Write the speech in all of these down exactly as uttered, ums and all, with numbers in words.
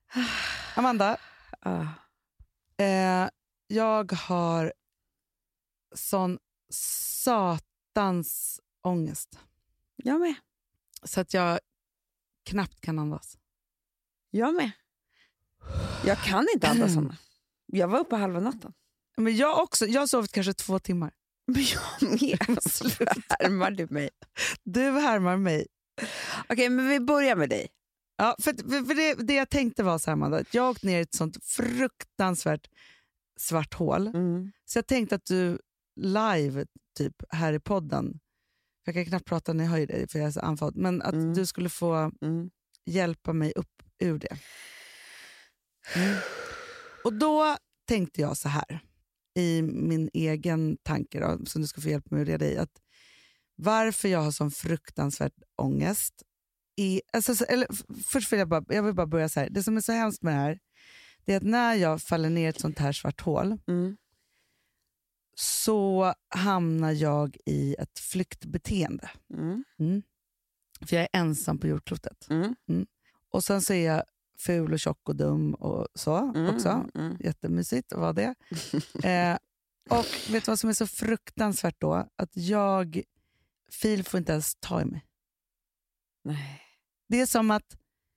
Amanda, Uh. eh, jag har sån satans ångest. Jag med. Så att jag knappt kan andas. Jag med. Jag kan inte andas såna. Jag var uppe halva natten. Men jag också. Jag har sovit kanske två timmar. Men jag med. Sluta. Härmar du mig? Du härmar mig. Okej, okay, men vi börjar med dig. Ja, för, för, för det, det jag tänkte var så här, Amanda, att jag åkte ner i ett sånt fruktansvärt svart hål. Mm. Så jag tänkte att du live typ här i podden, för jag kan knappt prata när jag hör dig för jag är så andfådd, men att Mm. du skulle få Mm. hjälpa mig upp ur det. Mm. Och då tänkte jag så här i min egen tanke då, som du ska få hjälpa mig att reda i, att varför jag har sån fruktansvärt ångest i, alltså, eller, först vill jag bara, jag vill bara börja så här, det som är så hemskt med det här, det är att när jag faller ner i ett sånt här svart hål Mm. så hamnar jag i ett flyktbeteende. Mm. Mm. För jag är ensam på jordklotet. Mm. Mm. Och sen så är jag ful och tjock och dum och så Mm. också. Mm. Jättemysigt att vara det. eh, och vet du vad som är så fruktansvärt då? Att jag, Fil får inte ens ta i mig. Nej. Det är som att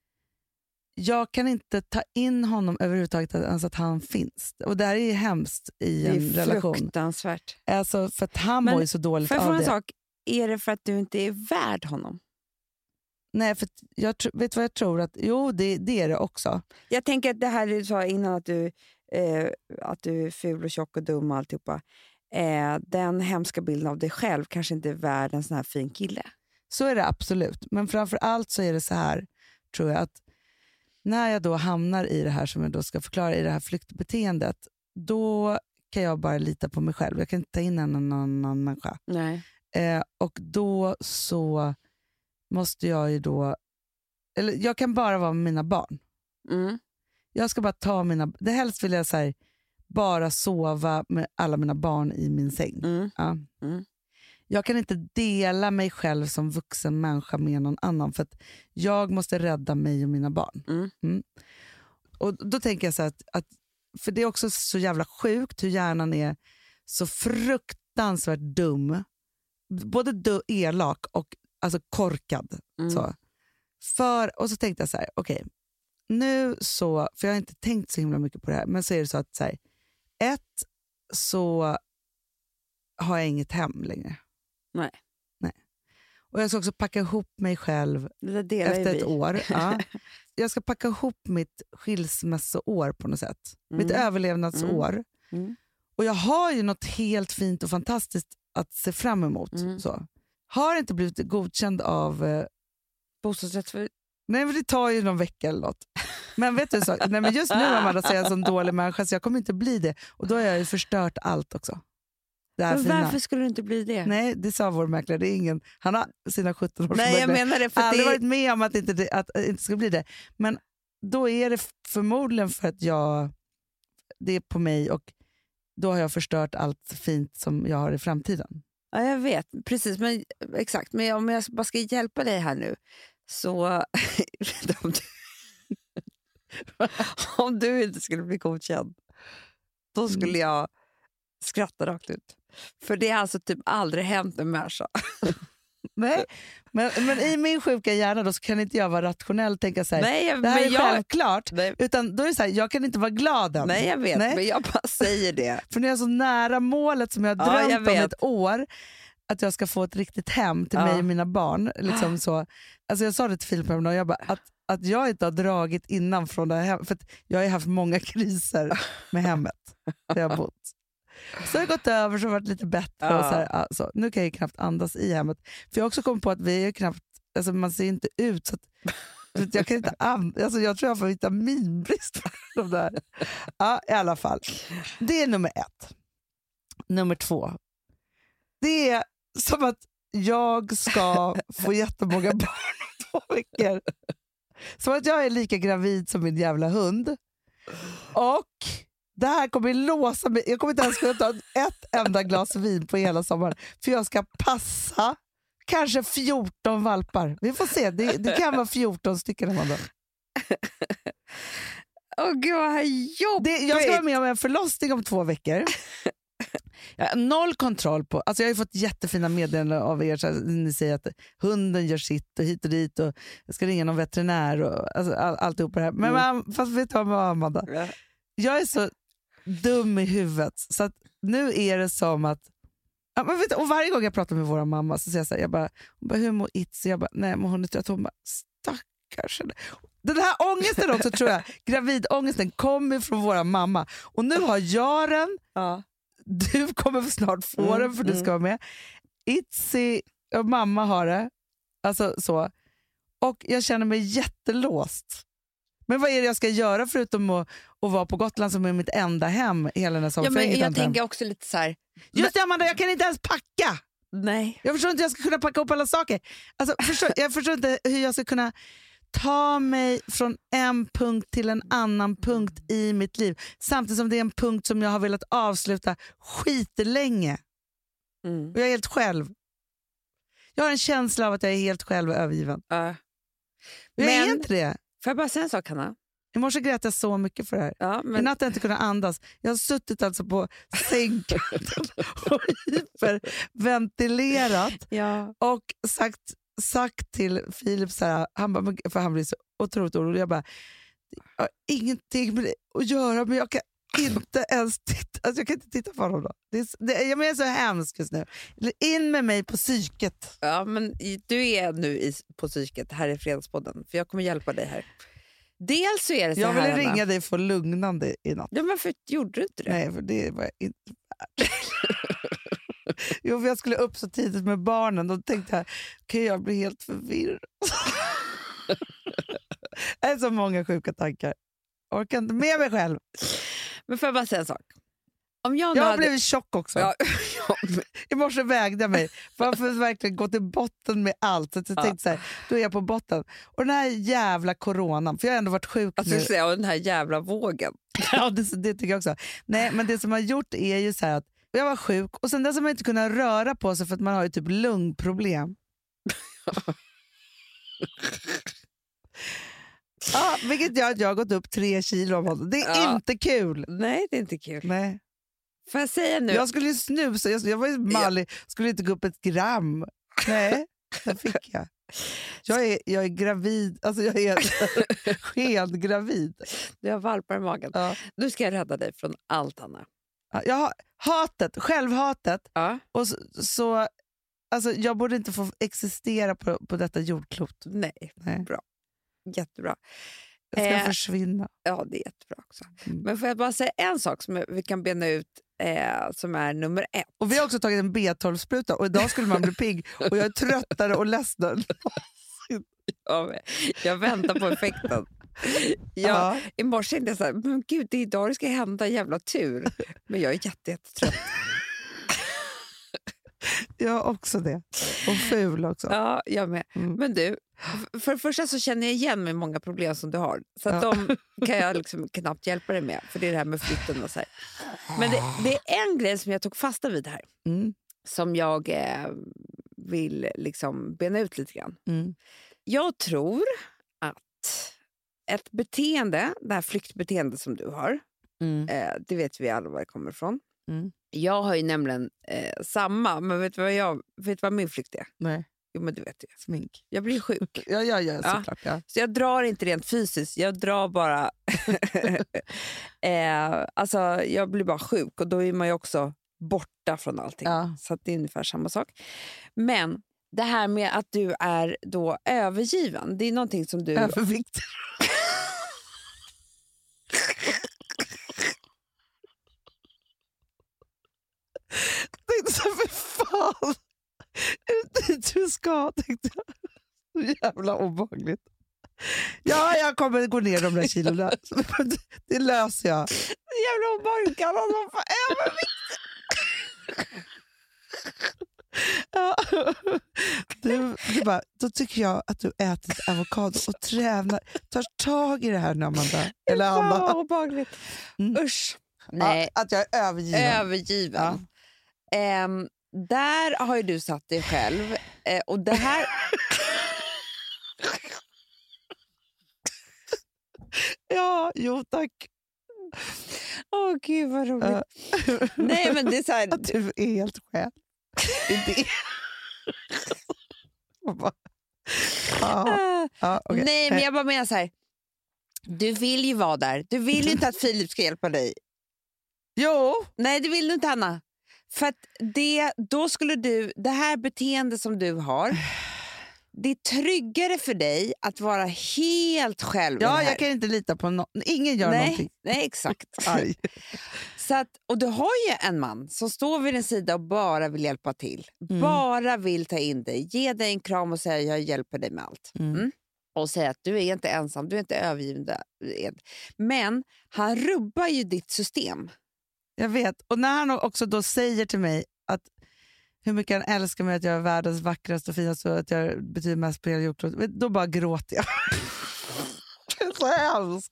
jag kan inte ta in honom överhuvudtaget ens att han finns. Och det här är hemskt i en Det är relation. fruktansvärt. Alltså för att han Men mår ju så dåligt Får jag av fråga en det. sak? Är det för att du inte är värd honom? Nej, för att jag tr- vet vad jag tror att jo, det, det är det också. Jag tänker att det här du sa innan, att du, eh, att du är ful och tjock och dum och alltihopa. Eh, den hemska bilden av dig själv kanske inte är värd en sån här fin kille. Så är det absolut. Men framför allt så är det så här, tror jag, att när jag då hamnar i det här som jag då ska förklara, i det här flyktbeteendet, då kan jag bara lita på mig själv. Jag kan inte ta in en annan människa. Nej. Eh, och då så måste jag ju då, eller jag kan bara vara med mina barn. Mm. Jag ska bara ta mina, det helst vill jag så här, bara sova med alla mina barn i min säng. Mm. Ja. Mm. Jag kan inte dela mig själv som vuxen människa med någon annan, för att jag måste rädda mig och mina barn. Mm. Mm. Och då tänker jag så här att, att, för det är också så jävla sjukt hur hjärnan är så fruktansvärt dum. Både du, elak och alltså korkad. Mm. Så. För, och så tänkte jag så här, okej, okay, nu så, för jag har inte tänkt så himla mycket på det här, men så är det så att så här, ett, så har jag inget hem längre. Nej. Nej. Och jag ska också packa ihop mig själv Det delar efter vi. ett år. Ja. Jag ska packa ihop mitt skilsmässoår på något sätt. Mm. Mitt överlevnadsår. Mm. Mm. Och jag har ju något helt fint och fantastiskt att se fram emot. Mm. Så. Har inte blivit godkänd av... Eh, Bostadsrättsför... nej, men det tar ju någon vecka eller något. Men vet du så, nej, men just nu Amanda, så är jag en sån dålig människa så jag kommer inte bli det. Och då har jag ju förstört allt också. Det här Men fina. varför skulle du inte bli det? Nej, det sa vår mäklare. Det är ingen, han har sina sjutton år Nej, jag menar det för att aldrig det... varit med om att inte, det, att det inte ska bli det. Men då är det förmodligen för att jag, det är på mig och då har jag förstört allt fint som jag har i framtiden. Ja, jag vet. Precis, men exakt. Men om jag bara ska hjälpa dig här nu så om, du, om du inte skulle bli godkänd då skulle jag skratta rakt ut. För det har alltså typ aldrig hänt en människa. Nej, men, men i min sjuka hjärna då så kan inte jag vara rationell och tänka så här, Nej, jag, det här men är jag, självklart. nej, Utan då är det så här, jag kan inte vara glad än. nej, jag vet. Nej. Men jag bara säger det. För när jag är så nära målet som jag har Ja, drömt jag om vet. ett år, att jag ska få ett riktigt hem till Ja. mig och mina barn. Liksom så. Alltså jag sa det till Filip och jag bara, att, att jag inte har dragit innan från det här hem, för att jag har haft många kriser med hemmet där jag har bott. Så har jag gått över så har det varit lite bättre. Ja. Och så här, alltså, nu kan jag ju knappt andas i hemmet. För jag har också kommit på att vi är knappt, alltså man ser inte ut så att, så att jag kan inte andas. Alltså jag tror jag får vitaminbrist för de där. Ja, i alla fall. Det är nummer ett. Nummer två. Det är som att jag ska få jättemånga barn om två veckor. Som att jag är lika gravid som min jävla hund. Och det här kommer låsa mig. Jag kommer inte ens kunna ta ett enda glas vin på hela sommaren. För jag ska passa kanske fjorton valpar. Vi får se. Det, det kan vara fjorton stycken. gud vad jobbigt. Det, jag ska vara med om en förlossning om två veckor. Jag har noll kontroll på. Alltså jag har ju fått jättefina meddelanden av er. Så här, ni säger att hunden gör sitt och hit och dit. Och jag ska ringa någon veterinär och alltså, all, alltihop det här. Men mm. man, fast vet du vad, Amanda? Ja. Jag är så dum i huvudet. Så att nu är det som att... Ja, men vet du, och varje gång jag pratar med våra mamma så säger jag så här, jag bara, hon bara, hur mår Itzy? Jag bara, nej men hon är trött. Hon bara, stackars. Den här ångesten också tror jag, gravidångesten kommer från våra mamma. Och nu har jag den. Ja. Du kommer snart få mm, den för mm. du ska vara med. Itzy och mamma har det. Alltså så. Och jag känner mig jättelåst. Men vad är det jag ska göra förutom att, att vara på Gotland som är mitt enda hem hela den här sommaren? Ja, men jag tänker hem. Också lite så här. Just det, Amanda, jag kan inte ens packa. Nej. Jag förstår inte hur jag ska kunna packa upp alla saker. Alltså, förstår, jag förstår inte hur jag ska kunna ta mig från en punkt till en annan punkt i mitt liv. Samtidigt som det är en punkt som jag har velat avsluta skitlänge. Mm. Och jag är helt själv. Jag har en känsla av att jag är helt själv och övergiven. Uh. Jag men, är inte det. Får jag bara säga en sak, Hanna? I morse grät jag så mycket för det här. Ja, men... I natt har jag inte kunnat andas. Jag har suttit alltså på sängkanten och hyperventilerat. Ja. Och sagt, sagt till Filip så här, han bara, för han blir så otroligt orolig. Jag bara, jag har ingenting med det att göra, men jag kan inte ens titta. Alltså jag kan inte titta på honom då. Det är, det, jag är så hemskt just nu. In med mig på psyket. Ja, men du är nu i, på psyket här i Fredagspodden. För jag kommer hjälpa dig här. Dels så är det så jag ville här, ringa Anna. dig för lugnande i natt. Ja, men för gjorde du inte det? Nej, för det var inte värt. Jo, för jag skulle upp så tidigt med barnen. Då tänkte jag, kan jag bli helt förvirrad? Det är så många sjuka tankar. Jag orkar inte med mig själv. Men får jag bara säga en sak? Om jag jag har hade... blivit tjock också. Ja, ja. I morse vägde jag mig för att verkligen gå till botten med allt. Så jag tänkte ja. så här, då är jag på botten. Och den här jävla coronan, för jag har ändå varit sjuk alltså, nu. Säga, och den här jävla vågen. Ja, det, det tycker jag också. Nej, men det som har gjort är ju så här att jag var sjuk och sen dess har man inte kunnat röra på sig för att man har ju typ lungproblem. Ja, vilket gör att jag har gått upp tre kilo. Det är ja. inte kul. Nej, det är inte kul. Nej. Får jag säga nu? Jag skulle ju snusa, jag, jag var ju mallig, skulle inte gå upp ett gram. Nej, det fick jag. Jag är, jag är gravid, alltså jag är helt gravid. Du har valpar i magen. Ja. Nu ska jag rädda dig från allt, Anna. Ja, jag har hatet, självhatet. Ja. Och så, så alltså, jag borde inte få existera på, på detta jordklot. Nej, Nej. bra. Jättebra. Jag ska eh, försvinna. Ja, det är jättebra också. Mm. Men får jag bara säga en sak som vi kan bena ut eh, som är nummer ett. Och vi har också tagit en B tolv-spruta och idag skulle man bli pigg och jag är tröttare och ledsen. Ja, jag väntar på effekten. Jag, I morse tänkte jag så här, men gud, det är idag det ska hända, jävla tur. Men jag är jätte, jättetrött. Jag också det. Och ful också. Ja, jag med. Mm. Men du, för det första så känner jag igen mig många problem som du har. Så att ja. de kan jag liksom knappt hjälpa dig med. För det är det här med flytten och så här. Men det, det är en grej som jag tog fasta vid här. Mm. Som jag eh, vill liksom bena ut lite grann. Mm. Jag tror att ett beteende, det här flyktbeteendet som du har. Mm. Eh, det vet vi alla var det kommer ifrån. Mm. Jag har ju nämligen eh, samma, men vet du vad, jag, vet vad min flykt är? Nej. Jo, men du vet ju. Smink. Jag blir sjuk. ja, ja, ja, såklart. Ja. Så jag drar inte rent fysiskt, jag drar bara... eh, alltså, jag blir bara sjuk och då är man ju också borta från allting. Ja. Så att det är ungefär samma sak. Men det här med att du är då övergiven, det är någonting som du... Övervikt. Tänkte så för fan. Är det dit du ska? Tänkte jag. Så jävla obehagligt. Ja, jag kommer gå ner de där kilorna. Det löser jag. Det är jävla obehagligt. Kan man få övervikt? Ja. Du, du bara, då tycker jag att du äter avokado och tränar. Tar tag i det här nu, Amanda. Eller Anna. Vad obehagligt. Mm. Usch. Nej. Ja, att jag är övergiven. Övergiven. Ja. Um, där har ju du satt dig själv uh, och det här Ja, jo tack. Åh oh, gud vad roligt. Uh. Nej men det är så här... Att du är helt själv. Det ah, ah, okay. Nej men jag bara menar så här. Du vill ju vara där. Du vill ju inte att Filip ska hjälpa dig. Jo. Nej det vill du inte Hanna. För att det, då skulle du, det här beteende som du har, det är tryggare för dig att vara helt själv. Ja, jag kan inte lita på någon. Ingen gör nej, någonting. Nej, exakt. Så att, och du har ju en man som står vid din sida och bara vill hjälpa till. Mm. Bara vill ta in dig, ge dig en kram och säga jag hjälper dig med allt. Mm. Mm. Och säga att du är inte ensam, du är inte övergiven. Men han rubbar ju ditt system. Jag vet. Och när han också då säger till mig att hur mycket han älskar mig, att jag är världens vackraste och finaste och att jag betyder mest på hela jordklotet, då bara gråter jag. Det är så hemskt.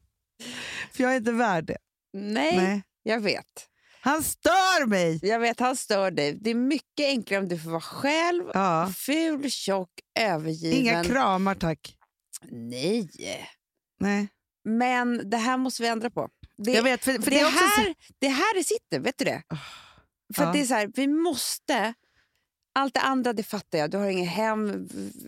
För jag är inte värd det. Nej, Nej, jag vet. Han stör mig! Jag vet, han stör dig. Det är mycket enklare om du får vara själv, ja. Ful, tjock, övergiven. Inga kramar, tack. Nej. Nej. Men det här måste vi ändra på. Det, jag vet, för, för det, det, är här, också... det här det sitter, vet du det? Oh, för ja. Att det är så här, vi måste... Allt det andra, det fattar jag. Du har ingen hem,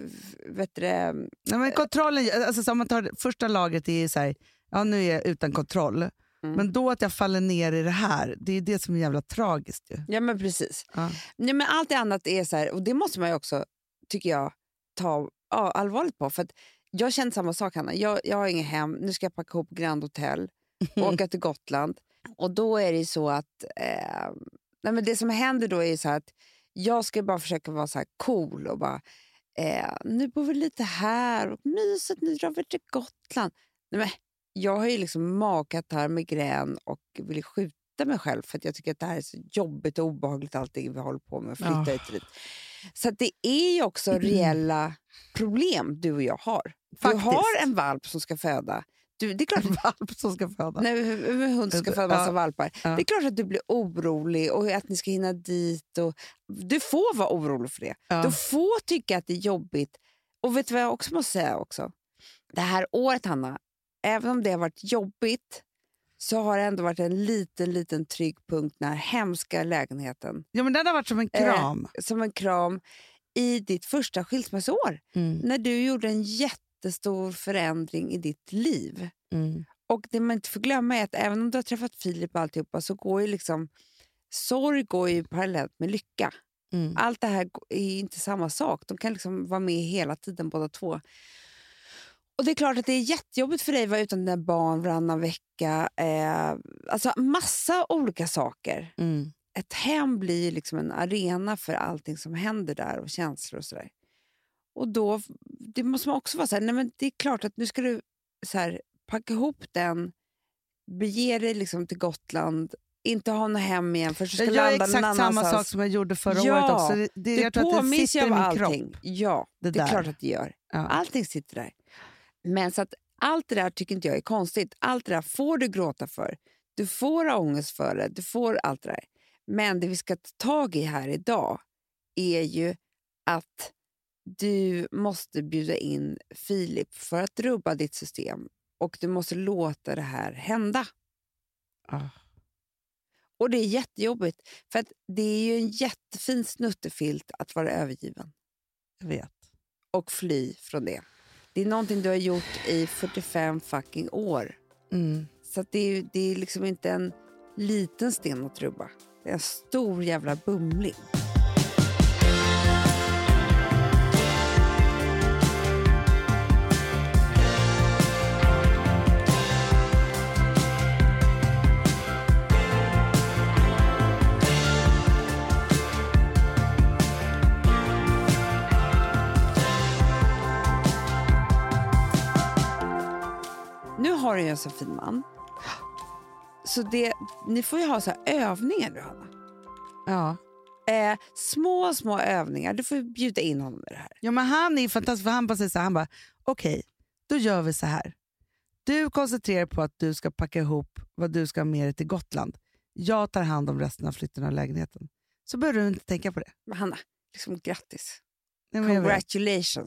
vet du det? Nej, men kontrollen, alltså om man tar första lagret är så här, ja nu är jag utan kontroll. Mm. Men då att jag faller ner i det här, det är det som är jävla tragiskt ju. Ja men precis. Ja. Nej, men allt det annat är så här, och det måste man ju också, tycker jag, ta ja, allvarligt på. För att jag känner samma sak, Hanna. Jag, jag har inget hem, nu ska jag packa ihop Grand Hotel och åka till Gotland. Och då är det ju så att, eh, nej, men det som händer då är ju så här att jag ska bara försöka vara så här cool och bara, eh, nu bor vi lite här och mysigt, nu drar vi till Gotland. Nej, men jag har ju liksom makat här med grän och vill skjuta mig själv för att jag tycker att det här är så jobbigt och obehagligt allting vi håller på med, flytta oh. hit och dit. Så att det är ju också mm. reella problem du och jag har. Faktiskt. Du har en valp som ska föda. Du, det är klart en valp som ska föda. Nej, en hund ska föda massa ja. valpar. Ja. Det är klart att du blir orolig och att ni ska hinna dit. Och du får vara orolig för det. Ja. Du får tycka att det är jobbigt. Och vet du vad jag också måste säga också? Det här året, Hanna, även om det har varit jobbigt så har det ändå varit en liten, liten trygg punkt när hemska lägenheten. Ja, men den har varit som en kram. Eh, som en kram i ditt första skilsmässår. Mm. När du gjorde en jättestor förändring i ditt liv. Mm. Och det man inte får glömma är att även om du har träffat Filip och alltihopa så går ju liksom, sorg går ju parallellt med lycka. Mm. Allt det här är inte samma sak. De kan liksom vara med hela tiden båda två. Och det är klart att det är jättejobbigt för dig att vara utan dina barn varannan vecka. Eh, alltså massa olika saker. Mm. Ett hem blir liksom en arena för allting som händer där och känslor och sådär. Och då det måste man också vara så här, nej men det är klart att nu ska du så här, packa ihop den, bege dig liksom till Gotland, inte ha något hem igen för du ska jag landa gör exakt någon samma annanstans. sak som jag gjorde förra ja, året också. Det, det, det jag tror att det sitter i min allting. kropp. Ja, det, det är klart att det gör. Ja. Allting sitter där. Men så att allt det där tycker inte jag är konstigt. Allt det där får du gråta för. Du får ha ångest för det. Du får allt det där. Men det vi ska ta tag i här idag är ju att du måste bjuda in Filip för att rubba ditt system. Och du måste låta det här hända. Ah. Och det är jättejobbigt. För att det är ju en jättefin snuttefilt att vara övergiven. Jag vet. Och fly från det. Det är någonting du har gjort i fyrtiofem fucking år. Mm. Så att det, är, det är liksom inte en liten sten att rubba. Det är en stor jävla bumling. Nu har du ju en så fin man. Så det, ni får ju ha så här övningar nu, Hanna. Ja. Eh, små, små övningar. Du får ju bjuda in honom med det här. Ja, men han är fantastisk. För han bara säger så här, han bara, okej, okay, då gör vi så här. Du koncentrerar på att du ska packa ihop vad du ska ha med dig till Gotland. Jag tar hand om resten av flytten av lägenheten. Så behöver du inte tänka på det. Men Hanna, liksom grattis. Nej, Congratulations.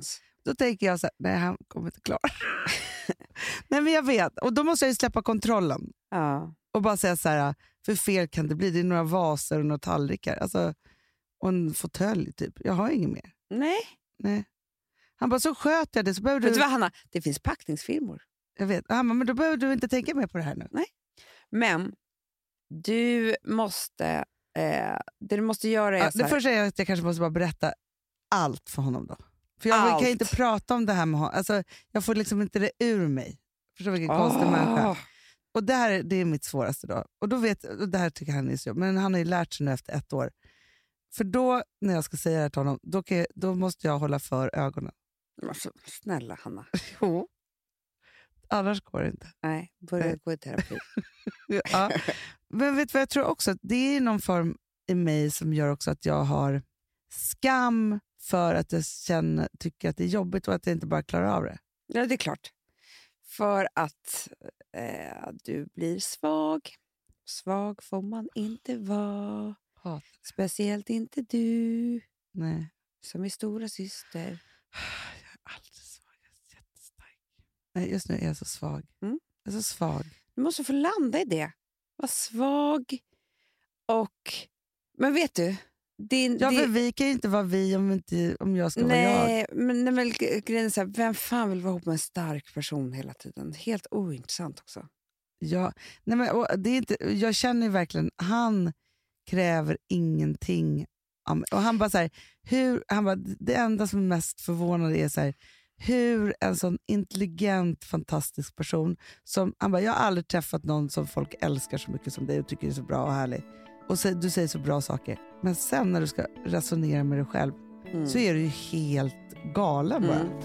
Då tänker jag så här, nej han kommer inte klara. Nej men jag vet, och då måste jag ju släppa kontrollen. Ja. Och bara säga så här, för fel kan det bli. Det är några vaser och några tallrikar. Alltså, och en fåtölj typ. Jag har inget mer. Nej. Nej. Han bara, så sköt jag det. Så behöver Vet du... du vad, Hanna? Det finns packningsfirmor. Jag vet. Han bara, men då behöver du inte tänka mer på det här nu. Nej. Men du måste... Eh, det du måste göra är Ja, så det här. första är att jag kanske måste bara berätta allt för honom då. För jag Allt. kan inte prata om det här med honom. Alltså, jag får liksom inte det ur mig. Förstår du vilken Åh. konstig människa. Och det här det är mitt svåraste då. Och då vet, och det här tycker han är så jobbigt. Men han har ju lärt sig nu efter ett år. För då, när jag ska säga det här till honom, då, kan jag, då måste jag hålla för ögonen. Alltså, snälla Hanna. Jo. Annars går det inte. Nej, börja Nej. gå i terapi. Ja. Men vet du vad jag tror också? Det är någon form i mig som gör också att jag har skam för att jag känner, tycker att det är jobbigt och att jag inte bara klarar av det. Ja, det är klart. För att eh, du blir svag. Svag får man inte vara. Hat. Speciellt inte du, Nej. som är stora syster. Jag är alltid svag. Jag är jättestark. Nej, just nu är jag så svag. Mm. Jag är så svag. Du måste få landa i det. Var svag. Och... Men vet du? Din, Ja, din, för vi kan ju inte vara vi om, inte, om jag ska vara jag. nej, men, nej, men grejen är så här, vem fan vill vara ihop med en stark person hela tiden? Helt ointressant också. Ja, nej men, och det är inte, jag känner ju verkligen, han kräver ingenting. Om, och han bara så här, hur, han bara, det enda som är mest förvånande är så här, hur en sån intelligent, fantastisk person, som, han bara, jag har aldrig träffat någon som folk älskar så mycket som dig och tycker är så bra och härlig. Och så, du säger så bra saker. Men sen när du ska resonera med dig själv Mm. så är du ju helt galen bara. Mm.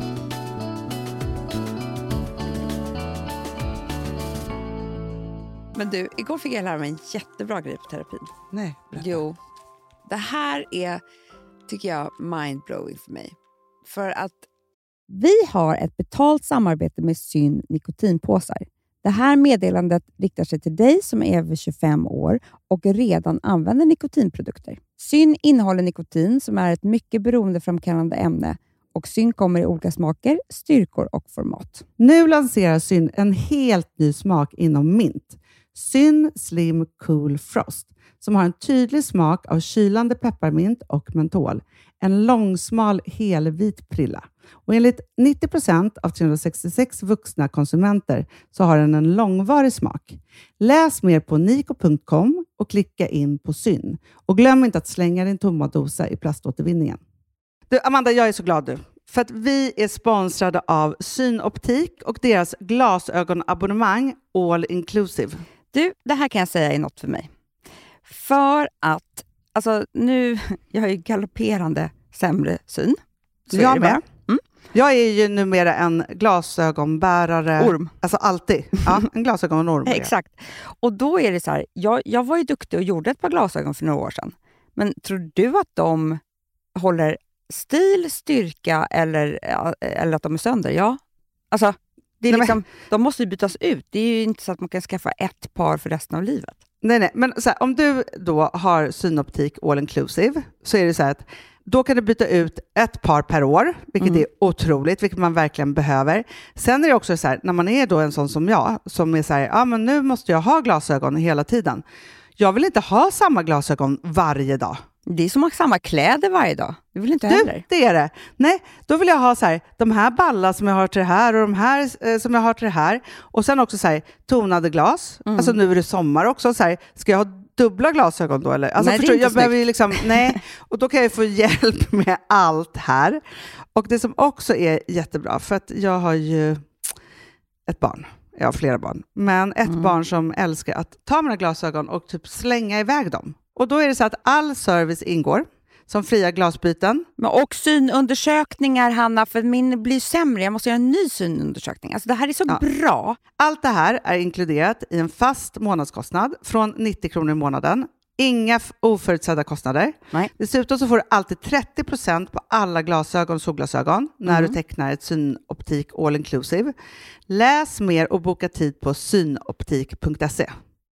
Men du, igår fick jag lära mig en jättebra grej på terapin. Nej, berätta. Jo, det här är, tycker jag, mindblowing för mig. För att Vi har ett betalt samarbete med Syn nikotinpåsar. Det här meddelandet riktar sig till dig som är över tjugofem år och redan använder nikotinprodukter. Syn innehåller nikotin som är ett mycket beroendeframkallande ämne och Syn kommer i olika smaker, styrkor och format. Nu lanserar Syn en helt ny smak inom mint. Syn Slim Cool Frost, som har en tydlig smak av kylande pepparmint och mentol. En långsmal helvit prilla. Och enligt nittio procent av trehundrasextiosex vuxna konsumenter så har den en långvarig smak. Läs mer på niko punkt com och klicka in på Syn. Och glöm inte att slänga din tomma dosa i plaståtervinningen. Du, Amanda, jag är så glad du. För att vi är sponsrade av Synoptik och deras glasögonabonnemang All Inclusive. Du, det här kan jag säga är något för mig. För att, alltså nu, jag har ju galopperande sämre syn. Så Jag är det med. bara. Mm. Jag är ju numera en glasögonbärare. Orm. Alltså alltid. Ja, en glasögonorm. Eh, Exakt. Och då är det så här, jag, jag var ju duktig och gjorde ett par glasögon för några år sedan. Men tror du att de håller stil, styrka eller, eller att de är sönder? Ja. Alltså, det är Nej, liksom, de måste ju bytas ut. Det är ju inte så att man kan skaffa ett par för resten av livet. Nej, nej. Men så här, om du då har Synoptik All Inclusive så är det så här att då kan du byta ut ett par per år, vilket Mm. är otroligt, vilket man verkligen behöver. Sen är det också så här, när man är då en sån som jag, som är så här, ja men nu måste jag ha glasögon hela tiden. Jag vill inte ha samma glasögon varje dag. Det är som att ha samma kläder varje dag. Det vill inte heller. Du, det är det. Nej, då vill jag ha så här, de här ballar som jag har till det här och de här eh, som jag har till det här. Och sen också så här, tonade glas. Mm. Alltså nu är det sommar också. Så här, ska jag ha dubbla glasögon då? Eller? Alltså, Nej, det är förstår, inte jag behöver ju liksom, nej. Och då kan jag få hjälp med allt här. Och det som också är jättebra, för att jag har ju ett barn. Jag har flera barn. Men ett Mm. barn som älskar att ta mina glasögon och typ slänga iväg dem. Och då är det så att all service ingår. Som fria glasbyten. Men och synundersökningar, Hanna, för min blir sämre. Jag måste göra en ny synundersökning. Alltså det här är så Ja. bra. Allt det här är inkluderat i en fast månadskostnad från nittio kronor i månaden. Inga f- oförutsedda kostnader. Nej. Dessutom så får du alltid trettio procent på alla glasögon och solglasögon när Mm. du tecknar ett Synoptik All Inclusive. Läs mer och boka tid på synoptik punkt se.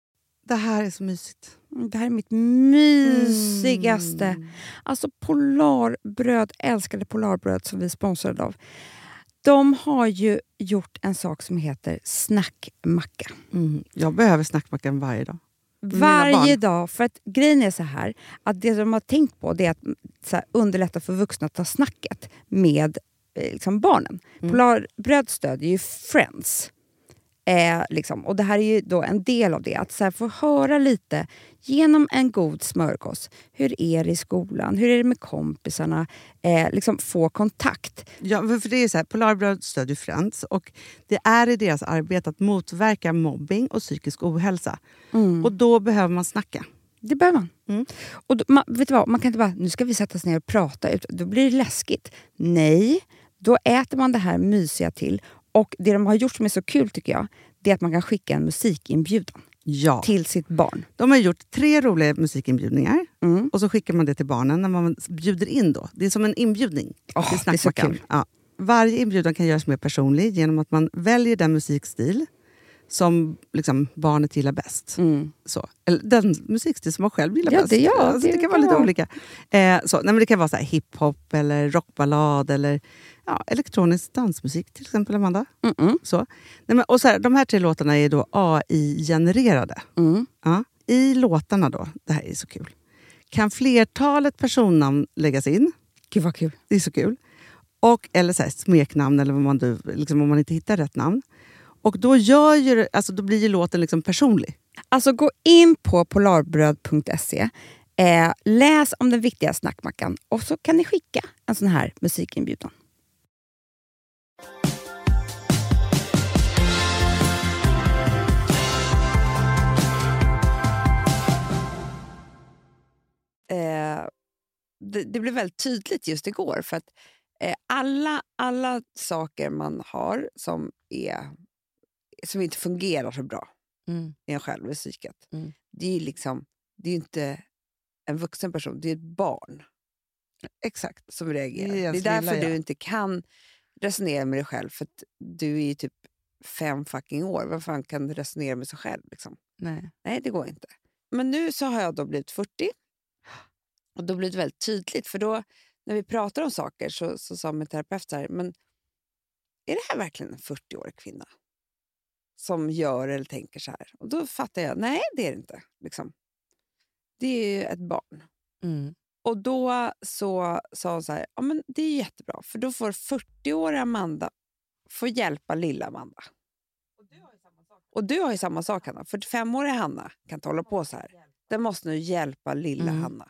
Det här är så mysigt. Det här är mitt mysigaste. Mm. Alltså Polarbröd, älskade Polarbröd som vi sponsrade av. De har ju gjort en sak som heter snackmacka. Mm. Jag behöver snackmackan varje dag. Varje dag. För att grejen är så här, att det de har tänkt på det är att så här, underlätta för vuxna att ta snacket med eh, liksom barnen. Mm. Polarbröd stödjer ju Friends. Eh, liksom. Och det här är ju då en del av det. Att så här, få höra lite genom en god smörgås. Hur är det i skolan? Hur är det med kompisarna? Eh, liksom få kontakt. Ja, för det är så här, Polarbröd stödjer Friends och det är i deras arbete att motverka mobbing och psykisk ohälsa. Mm. Och då behöver man snacka. Det behöver man. Mm. Och då, man, vet du vad, man kan inte bara, nu ska vi sätta oss ner och prata. Ut, då blir det läskigt. Nej, då äter man det här mysiga till. Och det de har gjort som är så kul tycker jag, det är att man kan skicka en musikinbjudan Ja. till sitt barn. De har gjort tre roliga musikinbjudningar Mm. och så skickar man det till barnen när man bjuder in då. Det är som en inbjudning Oh, till det är så snackmackan. kul. Ja. Varje inbjudan kan göras mer personlig genom att man väljer den musikstil som liksom barnet gillar bäst. Mm. Så. Eller den musikstil som man själv gillar Ja, bäst. det- ja, alltså, det, det kan vara lite kan olika. Eh, så. Nej, men det kan vara så här hiphop eller rockballad eller ja, elektronisk dansmusik till exempel, Amanda. Mm-mm. Så. Nej, men, och så här, de här tre låtarna är då A I-genererade. Mm. Ja. I låtarna då, det här är så kul, kan flertalet personnamn läggas in. Gud vad kul. Det är så kul. Och, eller så här, smeknamn eller vad man, du, liksom, om man inte hittar rätt namn. Och då, gör ju, alltså, då blir ju låten liksom personlig. Alltså gå in på polarbröd punkt se, eh, läs om den viktiga snackmackan och så kan ni skicka en sån här musikinbjudan. Eh, det, det blev väldigt tydligt just igår för att eh, alla, alla saker man har som, är, som inte fungerar så bra Mm. i en själv i psyket, Mm. det är ju liksom, det är ju inte en vuxen person, det är ett barn Exakt. som reagerar. Det är Det är, ens därför lilla du jag. inte kan resonera med dig själv, för att du är ju typ fem fucking år. Vem fan kan resonera med sig själv liksom? Nej. Nej, det går inte. Men nu så har jag då blivit fyrtio. Och då blir det väldigt tydligt. För då, när vi pratar om saker så, så sa min terapeut så här, men är det här verkligen en fyrtioårig kvinna som gör eller tänker så här? Och då fattar jag, nej det är det inte. Liksom. Det är ju ett barn. Mm. Och då så sa hon så här, ja men det är jättebra. För då får fyrtioåriga Amanda få hjälpa lilla Amanda. Och du har ju samma sak, Hanna. fyrtiofemåriga Hanna kan inte hålla på så här. Den måste nu hjälpa lilla Mm. Hanna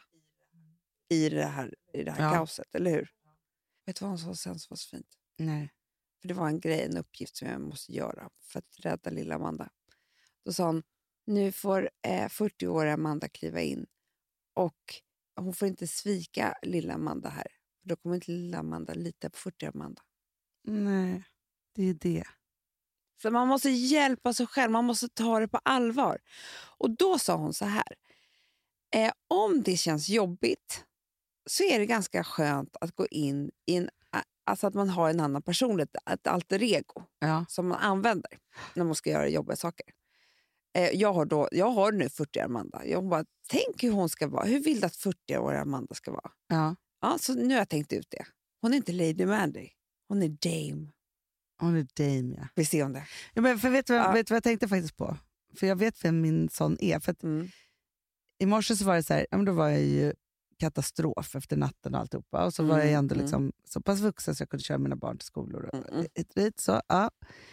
i det här, i det här Ja. kaoset, eller hur? Vet du vad hon sa sen som var så fint? Nej. För det var en grej, en uppgift som jag måste göra för att rädda lilla Amanda. Då sa hon, nu får eh, fyrtioåriga Amanda kliva in och hon får inte svika lilla Amanda här. För då kommer inte lilla Amanda lita på fyrtioåriga Amanda. Nej, det är det. Så man måste hjälpa sig själv, man måste ta det på allvar. Och då sa hon så här, eh, om det känns jobbigt så är det ganska skönt att gå in i en, alltså att man har en annan personlighet, ett alter ego Ja. som man använder när man ska göra jobbiga saker. Eh, jag, har då, jag har nu fyrtioåriga Amanda. Jag bara, tänk hur hon ska vara. Hur vill du att fyrtioåriga Amanda ska vara? Ja. Ja, så nu har jag tänkt ut det. Hon är inte Lady Mandy, hon är Dame. Hon är dame, ja. Vi ser om det. Ja, men för vet du vad, Ja. vet du vad jag tänkte faktiskt på? För jag vet vem min son är. För att Mm. i morse så var det så här, ja, men då var jag ju katastrof efter natten och alltihopa. Och så var Mm, jag ändå mm. liksom så pass vuxen så jag kunde köra mina barn till skolor. Och Mm, mm. hit och dit, så, ja.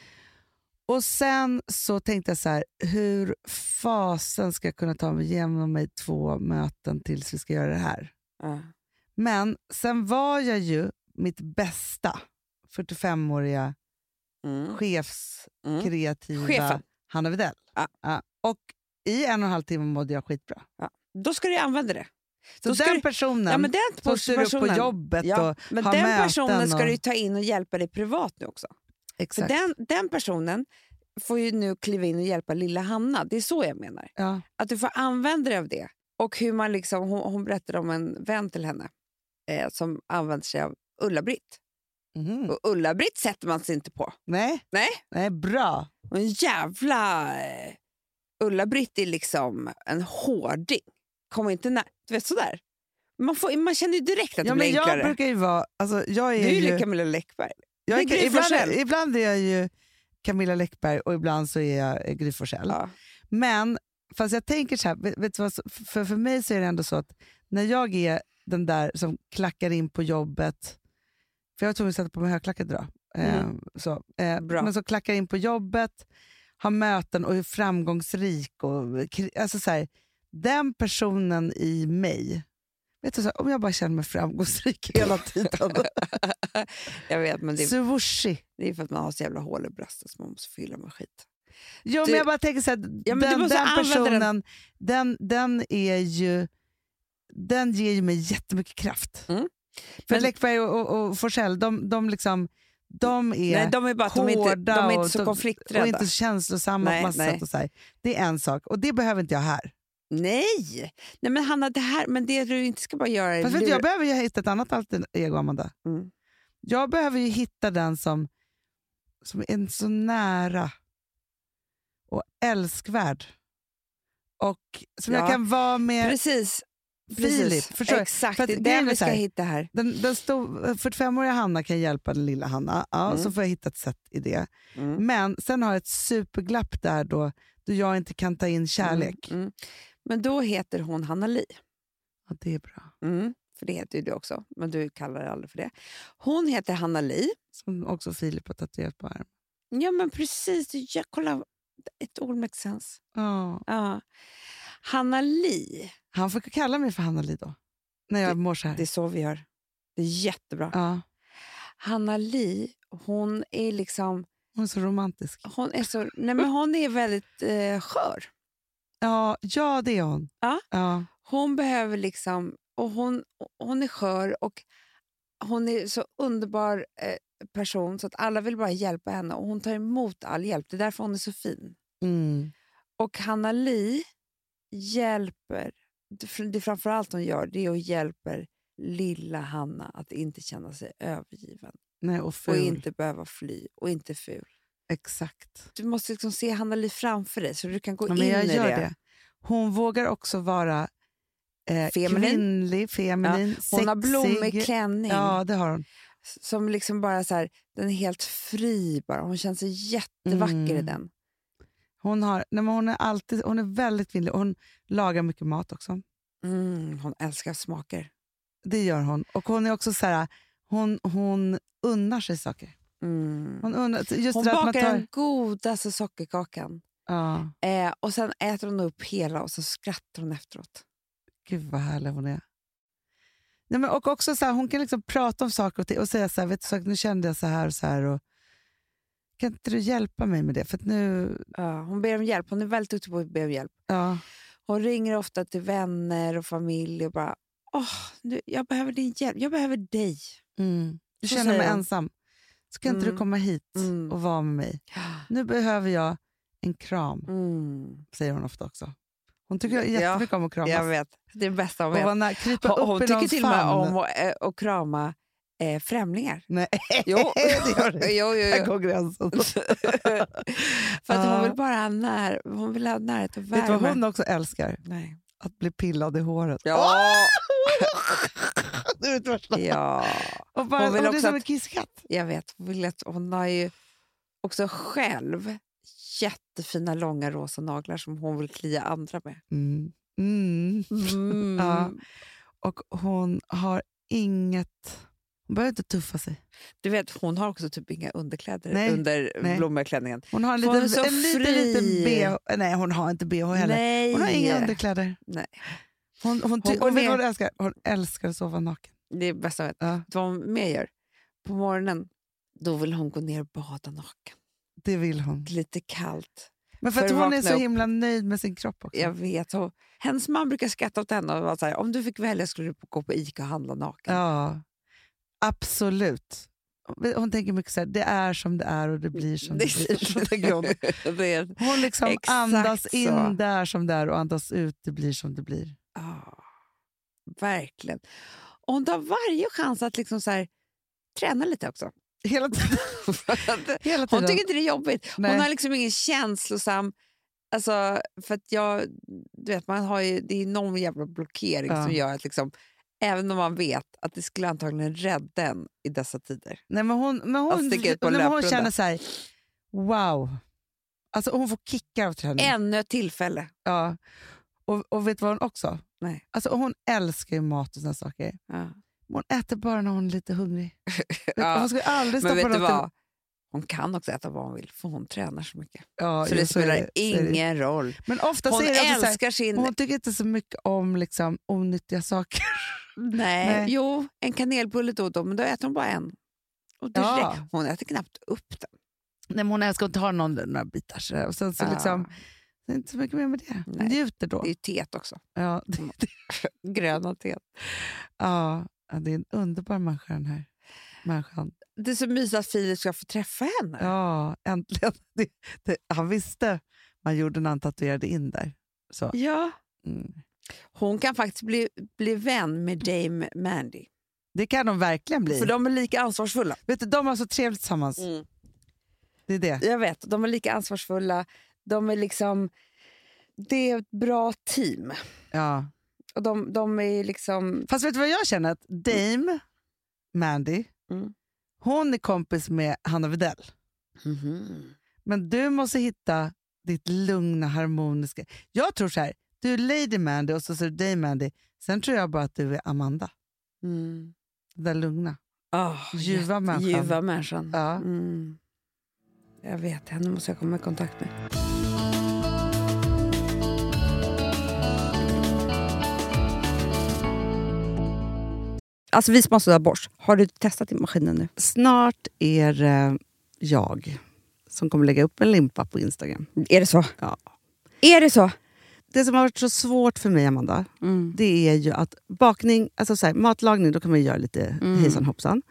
Och sen så tänkte jag så här, hur fasen ska jag kunna ta mig igenom mig två möten tills vi ska göra det här? Ja. Men sen var jag ju mitt bästa fyrtiofemåriga Mm. chefskreativa Chefen. Hanna Widell. Ja. Ja. Och i en och en halv timme mådde jag skitbra. Då ska du använda det. Så Då ska den du- personen Ja, men den som styr upp på personen- jobbet Ja, och men har den möten personen ska och- du ju ta in och hjälpa dig privat nu också. För Exakt. den, den personen får ju nu kliva in och hjälpa lilla Hanna. Det är så jag menar. Ja. Att du får använda dig av det. Och hur man liksom, hon, hon berättade om en vän till henne eh, som använder sig av Ulla-Britt. Mhm. Och Ulla-Britt sätter man sig inte på. Nej. Nej. Nej, bra. Och en jävla... Eh, Ulla-Britt är liksom en hårding. Kommer inte när, du vet sådär. Man, får, man känner ju direkt att ja, det blir men enklare. Jag brukar ju vara... Alltså, jag är du är ju ju lika Camilla Läckberg. jag är, Gry ibland, Forssell. ibland är jag ju Camilla Läckberg och ibland så är jag Gry Forssell. Ja. Men fast jag tänker så här, vet, vet du vad, för, för mig så är det ändå så att när jag är den där som klackar in på jobbet, för jag var tvungen att sätta på mig högklackat idag. Eh, Mm. så, eh, Bra. men så klackar in på jobbet, har möten och är framgångsrik. Och, alltså så här, den personen i mig, vet du, så här, om jag bara känner mig framgångsrik hela tiden. Jag vet, men det är, Swooshi. det är för att man har så jävla hål i bröstet som man måste fylla med skit. Jo, Du- men jag bara tänker så här, Ja, men du den, måste den använda personen, den, den är ju, den ger ju mig jättemycket kraft. Mm. För Men- Läckberg och, och, och Forssell, de, de liksom, de är Nej, de är bara att de är inte, hårda de är och inte så de- konflikträdda. och inte känslosamma Nej, på massa nej. sätt. Och så här. Det är en sak, och det behöver inte jag här. Nej! Nej, men Hanna, det här, men det du inte ska bara göra är Fast vet du, lura- jag behöver ju hitta ett annat alter ego, Amanda. Mm. Jag behöver ju hitta den som, som är så nära och älskvärd. Och som Ja, jag kan vara med. Precis. Filip, Precis. förstår du? Exakt, För att det är grejen den är vi så ska här, hitta här. Den, den stod, fyrtiofemåriga Hanna kan hjälpa den lilla Hanna, ja, Mm. så får jag hitta ett sätt i det. Mm. Men sen har jag ett superglapp där då, då jag inte kan ta in kärlek. Mm. Mm. Men då heter hon Hanna Li. Ja, det är bra. Mm. För det heter ju du också, men du kallar det aldrig för det. Hon heter Hanna Li. Som också Filip har tatuerat på armen. Ja, men precis. Jag kollar. Ett ord makes sense. Ja. Ja. Hanna Li. Han får kalla mig för Hanna Li då, när jag Det- mår så här. Det är så vi gör. Det är jättebra. Ja. Hanna Li, hon är liksom... Hon är så romantisk. Hon är, så, nej men hon är väldigt eh, skör. Ja, ja, det är hon. Ja. Ja. Hon behöver liksom... Och hon, hon är skör och hon är så underbar eh, person så att alla vill bara hjälpa henne och hon tar emot all hjälp. Det är därför hon är så fin. Mm. Och Hanna Li hjälper, det, det framförallt hon gör, det är att hjälper lilla Hanna att inte känna sig övergiven. Nej, och Och ful. inte behöva fly och inte ful. Exakt. Du måste liksom se Hanna Li framför dig så du kan gå Ja, in men jag i gör det. det. Hon vågar också vara eh, Feminin. kvinnlig, feminin, Ja, hon har blommig sexig. klänning Ja, det har hon. som liksom bara så här, den är helt fri bara. Hon känns så jättevacker Mm. i den. Hon, har, nej, men hon, är alltid, hon är väldigt kvinnlig. Hon lagar mycket mat också. Mm, hon älskar smaker. Det gör hon. Och hon är också så här, hon, hon unnar sig saker. Mm. Hon, unnar, just Hon det där att man bakar tar, den godaste sockerkakan. ja, Eh, och sen äter hon upp hela och så skrattar hon efteråt. gud vad härlig hon är. Nej, men, och också så här, hon kan liksom prata om saker och, ting och säga så här, vet du, så, nu kände jag så här och så här. Och, kan inte du hjälpa mig med det? För att nu, Ja, hon ber om hjälp. Hon är väldigt duktig på att be om hjälp. ja, Hon ringer ofta till vänner och familj och bara Åh, nu, jag behöver din hjälp. Jag behöver dig. mm. Du Så känner mig säger hon. ensam. Så kan inte Mm. du komma hit Mm. och vara med mig? Nu behöver jag en kram, Mm. säger hon ofta också. Hon tycker Ja, jättemycket om att kramas. Jag vet. Det är det bästa hon Och vet. vara nä- krypa Hon, upp hon i tycker någons till och med famn. om att, eh, att krama eh, främlingar. Nej, Jo, det gör det. jo, jo, Där jo. går gränsen. För att Ja. hon vill bara ha när, hon vill ha närhet och Vet du vad värme. hon också älskar? Nej. Att bli pillad i håret. Ja. Det är det värsta. Ja, Och bara, Hon vill och det är också som att- en kisskatt. jag vet. Hon, vill att, hon har ju också själv jättefina långa rosa naglar som hon vill klia andra med. Mm. Mm. Mm. Ja. Och hon har inget... Hon behöver inte tuffa sig. Du vet, hon har också typ inga underkläder Nej, under nej. blommiga klänningen. Hon har en Hon är liten, så en liten, fri. liten B H. Nej, hon har inte B H heller. Nej. Hon har inga underkläder. Nej. Hon, hon, ty- Hon går hon vet ner- vad hon älskar. Hon älskar att sova naken. Det är bästa jag vet. Ja, Vet du vad hon mer gör? På morgonen, då vill hon gå ner och bada naken. det vill hon. Lite kallt. Men för att För att hon är vakna så upp. himla nöjd med sin kropp också. Jag vet. Och hennes man brukar skratta åt henne och vara så här, om du fick välja skulle du gå på Ica och handla naken. Ja, absolut. Hon tänker mycket så här, det är som det är och det blir som det, blir. Så tänker hon. det är, Hon liksom Exakt andas så. in där som det är och andas ut, det blir som det blir. ja, verkligen. Och hon tar varje chans att liksom så här, träna lite också. Hela tiden. Hela Hon tiden. tycker inte det är jobbigt. Nej. Hon har liksom ingen känslosam Alltså, för att jag, du vet, man har ju, det är någon jävla blockering Ja. som gör att liksom, även om man vet att det skulle antagligen rädda en i dessa tider. Nej, men hon, men hon, Att sticka ut på en nej, men hon löprunda. känner så här, wow. Alltså hon får kickar av träning. Ännu ett tillfälle. Ja. Och, och vet du vad hon också? Nej. Alltså hon älskar ju mat och såna saker. Ja. Hon äter bara när hon är lite hungrig. Ja. Hon ska aldrig Men stoppa vet du något i- vad? Hon kan också äta vad hon vill, för hon tränar så mycket. Ja, så det ja, så är spelar det, så är det. ingen roll. Men ofta Hon så är det också så älskar här, sin... hon tycker inte så mycket om liksom, onyttiga saker. Nej. Nej. Jo, en kanelbulle då och då, men då äter hon bara en. Och det Ja. räcker. Hon äter knappt upp den. Nej, men hon älskar att ta någon, några bitar. Så, och sen så Ja. liksom, det är inte så mycket mer med det. Hon Nej. njuter då. Det är ju teet också. Ja, det, Gröna teet. ja, ja, det är en underbar människa den här människan. Det är så mysigt att Filip ska få träffa henne. Ja, äntligen. Det, det, han visste man gjorde när han tatuerade in där. Så. Ja. Mm. Hon kan faktiskt bli, bli vän med Dame Mandy. Det kan de verkligen bli. För de är lika ansvarsfulla. Vet du, de har så trevligt tillsammans. Mm. Det är det. Jag vet, de är lika ansvarsfulla. De är liksom... Det är ett bra team. Ja. Och de, de är liksom... Fast vet du vad jag känner? Att Dame Mandy, Mm. hon är kompis med Hanna Widell. Mm-hmm. Men du måste hitta ditt lugna, harmoniska... Jag tror så här, du är Lady Mandy och så är du Dame Mandy. Sen tror jag bara att du är Amanda. Mm. Det där lugna. Oh, Ljuva jätte- människan. Ljuva människan. Ja. Mm. Jag vet, henne måste jag komma i kontakt med. Alltså vi som har sådär borst, har du testat i maskinen nu? Snart är eh, jag som kommer lägga upp en limpa på Instagram. Är det så? Ja. Är det så? Det som har varit så svårt för mig, Amanda, Mm. det är ju att bakning, alltså så här, matlagning, då kan man ju göra lite Mm. hejsan hoppsan.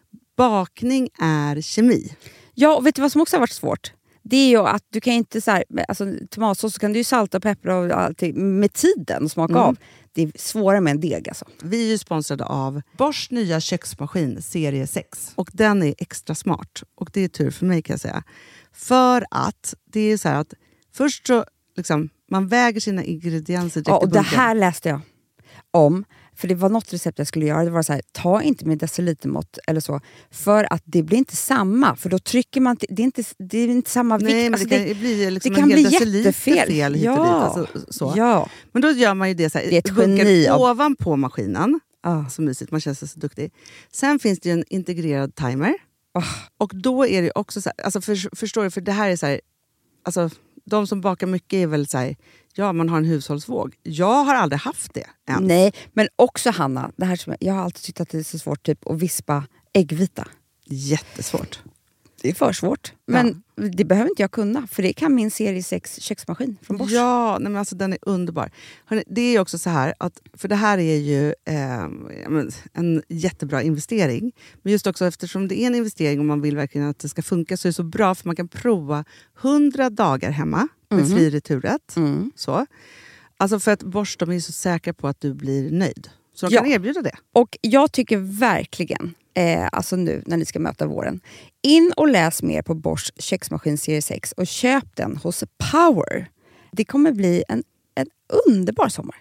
Bakning är kemi. Ja, och vet du vad som också har varit svårt? Det är ju att du kan inte så här, alltså tomatsås så kan du ju salta och peppra och allting med tiden och smaka Mm. av. Det är svårare med en deg alltså. Vi är ju sponsrade av Bosch nya köksmaskin serie sex. Och den är extra smart. Och det är tur för mig kan jag säga. För att det är så här att först så liksom, man väger sina ingredienser direkt Ja, i och det bunken. här läste jag om. För det var något recept jag skulle göra. Det var så här, ta inte med decilitermått eller så. För att det blir inte samma. För då trycker man... till- Det är inte, det är inte samma vikt. Nej, men Alltså, det det, kan bli liksom det kan en hel bli deciliter jättefel. fel hit och Ja. dit. Alltså, så. ja. Men då gör man ju det så här, Det är ett bunkar geni av- ovanpå maskinen. Ah. Så mysigt, man känns så duktig. Sen finns det ju en integrerad timer. Ah. Och då är det också så här, alltså för, förstår du, för det här är så här, alltså de som bakar mycket är väl så här, ja man har en hushållsvåg. Jag har aldrig haft det än. Nej, men också Hanna. Det här som jag, jag har alltid tyckt att det är så svårt typ, att vispa äggvita. Jättesvårt. Det är för svårt. Men det behöver inte jag kunna. För det kan min serie sex köksmaskin från Bosch. Ja, nej men alltså den är underbar. Hörrni, det är ju också så här, att, för det här är ju eh, ja, men, en jättebra investering. Men just också eftersom det är en investering och man vill verkligen att det ska funka så är det så bra för man kan prova hundra dagar hemma med Mhm. fri returrätt. Mm. Så. Alltså för att Bosch, de är så säkra på att du blir nöjd. Så de Ja. kan erbjuda det. Och jag tycker verkligen, eh, alltså nu när ni ska möta våren, in och läs mer på Bosch köksmaskin serie sex och köp den hos Power. Det kommer bli en, en underbar sommar.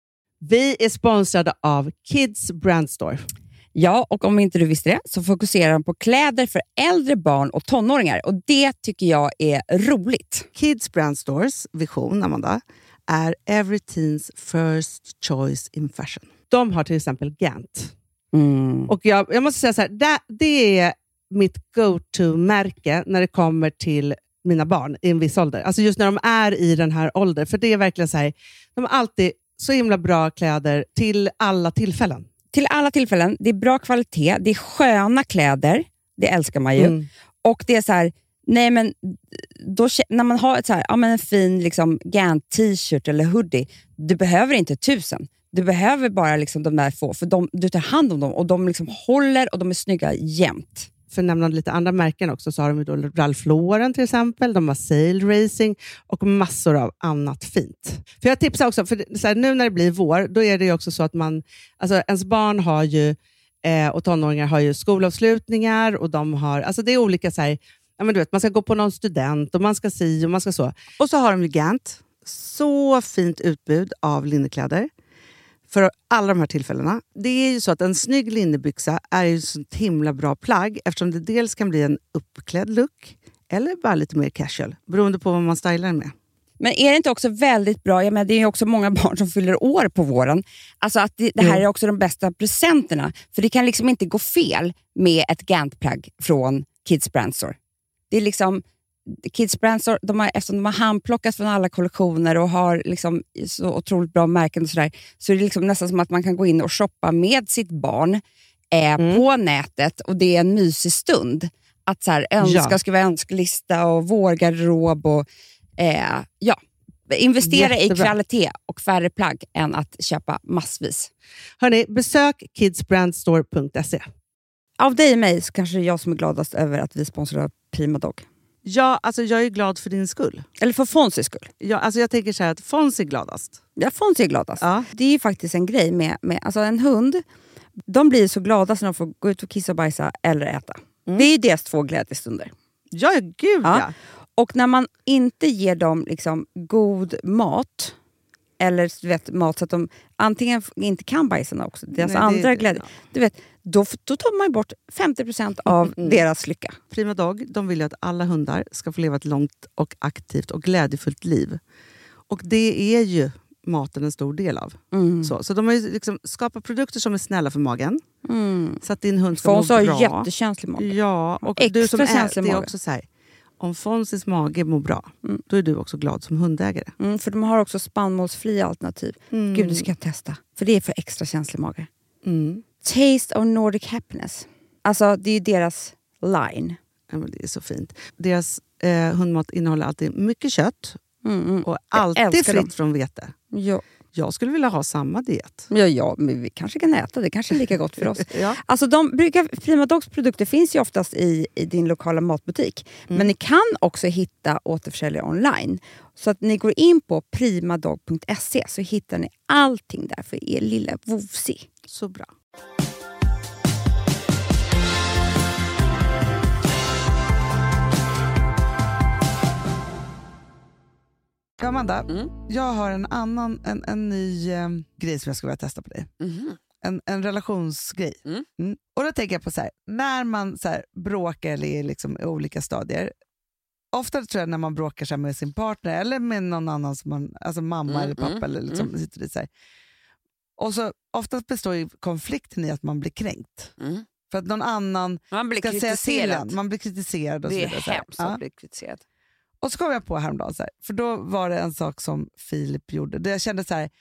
Vi är sponsrade av Kids Brand Store. Ja, och om inte du visste det så fokuserar de på kläder för äldre barn och tonåringar. Och det tycker jag är roligt. Kids Brand Stores vision, Amanda, är every teens first choice in fashion. De har till exempel Gant. Mm. Och jag, jag måste säga så här, det, det är mitt go-to-märke när det kommer till mina barn i en viss ålder. Alltså just när de är i den här åldern. För det är verkligen så här, de har alltid så himla bra kläder till alla tillfällen. Till alla tillfällen, det är bra kvalitet, det är sköna kläder, det älskar man ju. Mm. Och det är så här, nej men då, kä- när man har ett så här, ja, men en fin liksom, Gant t-shirt eller hoodie, du behöver inte tusen. Du behöver bara liksom, de där få, för de, du tar hand om dem och de liksom håller och de är snygga jämt. För att nämna lite andra märken också så har de ju då Ralph Lauren till exempel, de har Sail Racing och massor av annat fint. För jag tipsar också, för så här, nu när det blir vår, då är det ju också så att man, alltså ens barn har ju, eh, och tonåringar har ju skolavslutningar och de har, alltså det är olika så här, Ja, men du vet, man ska gå på någon student och man ska si och man ska så. Och så har de ju Gant. Så fint utbud av linnekläder för alla de här tillfällena. Det är ju så att en snygg linnebyxa är ju så himla bra plagg eftersom det dels kan bli en uppklädd look eller bara lite mer casual, beroende på vad man stylar med. Men är det inte också väldigt bra, jag menar, det är ju också många barn som fyller år på våren, alltså att det, det här mm. är också de bästa presenterna, för det kan liksom inte gå fel med ett Gant-plagg från Kids Brand Store. Det är liksom Kids Brand Store, de har, eftersom de har handplockat från alla kollektioner och har liksom så otroligt bra märken och sådär, så är det liksom nästan som att man kan gå in och shoppa med sitt barn eh, mm. på nätet, och det är en mysig stund att så här, önska, ja. skriva önskelista och vårgarderob och eh, ja, investera Jättebra. i kvalitet och färre plagg än att köpa massvis. Hörrni, besök kids brand store punkt se. Av dig och mig så kanske det är jag som är gladast över att vi sponsrar Prima Dog. Ja, alltså jag är glad för din skull. Eller för Fonzys skull. Ja, alltså jag tänker så här att Fonzie är gladast. Ja, Fonzie är gladast. Ja. Det är ju faktiskt en grej med, med alltså en hund. De blir så glada när de får gå ut och kissa och bajsa eller äta. Mm. Det är ju deras två glädjestunder. Ja, gud ja. ja. Och när man inte ger dem liksom god mat, eller du vet, mat så att de antingen inte kan bajsa också, deras Nej, andra det, glädje, ja. du vet, då, då tar man bort femtio procent av mm. deras lycka. Prima Dog, de vill ju att alla hundar ska få leva ett långt och aktivt och glädjefullt liv. Och det är ju maten en stor del av. Mm. Så, så de har ju liksom skapat produkter som är snälla för magen. Mm. Så att din hund ska Fonzie må bra. har jättekänslig mage. Ja, och Extra du som är, det är mage. också så här, om Fonzies mage mår bra, mm. då är du också glad som hundägare. Mm, för de har också spannmålsfria alternativ. Mm. Gud, det ska jag testa. För det är för extra känslig mage. Mm. Taste of Nordic Happiness. Alltså, det är ju deras line. Ja, men det är så fint. Deras eh, hundmat innehåller alltid mycket kött. Mm. Och alltid fritt dem. från vete. Ja. Jag skulle vilja ha samma diet. Ja, ja, men vi kanske kan äta. Det kanske är lika gott för oss. ja. Alltså, de brukar, Prima Dogs produkter finns ju oftast i, i din lokala matbutik. Mm. Men ni kan också hitta återförsäljare online. Så att ni går in på prima dog punkt se så hittar ni allting där för er lilla vovsi. Så bra. Amanda, mm. jag har en annan, en, en ny eh, grej som jag skulle vilja testa på dig. Mm. En, en relationsgrej. Mm. Mm. Och då tänker jag på så här, när man så här, bråkar eller är liksom i olika stadier. Ofta tror jag när man bråkar så här, med sin partner eller med någon annan, som man, alltså mamma mm. eller pappa mm. eller liksom, mm. sitter i så här. Och så ofta består ju konflikten i att man blir kränkt. Mm. För att någon annan man blir ska säga till en. Man blir kritiserad. Och det så är vidare, hemskt att bli kritiserad. Och så kom jag på häromdagen, så här, för då var det en sak som Filip gjorde. Där jag kände så här,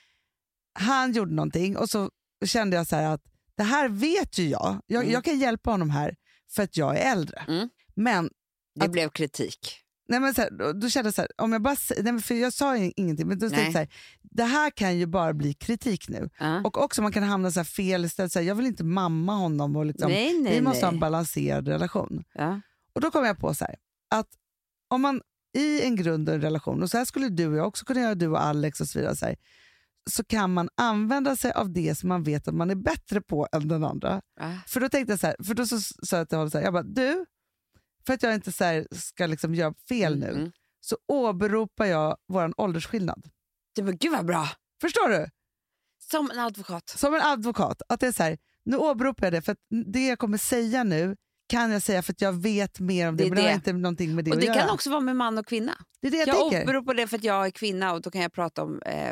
han gjorde någonting och så kände jag så här att det här vet ju jag. Jag, mm. jag kan hjälpa honom här för att jag är äldre. Mm. Men det att, blev kritik. Nej, men så här, då, då kände jag så här, om jag bara, nej, för jag sa ingenting, men då tänkte jag så här, det här kan ju bara bli kritik nu. Uh. Och också man kan hamna så här fel istället, så här, jag vill inte mamma honom och liksom, nej, nej, vi måste nej. ha en balanserad relation. Uh. Och då kom jag på så här, att om man i en grund och en relation, och så här skulle du och jag också kunna göra, du och Alex och så vidare, så, här, så kan man använda sig av det som man vet att man är bättre på än den andra. Äh. För då tänkte jag så här, för då sa jag till honom så här, jag bara, du, för att jag inte så här, ska liksom göra fel nu, mm. så åberopar jag våran åldersskillnad. Det var gud vad bra. Förstår du? Som en advokat. Som en advokat. Att det är så här, nu åberopar jag det, för att det jag kommer säga nu kan jag säga för att jag vet mer om det, det men det har inte någonting med det och att det göra. Kan också vara med man och kvinna. Det är det jag, jag tänker. åberopar det för att jag är kvinna och då kan jag prata om eh,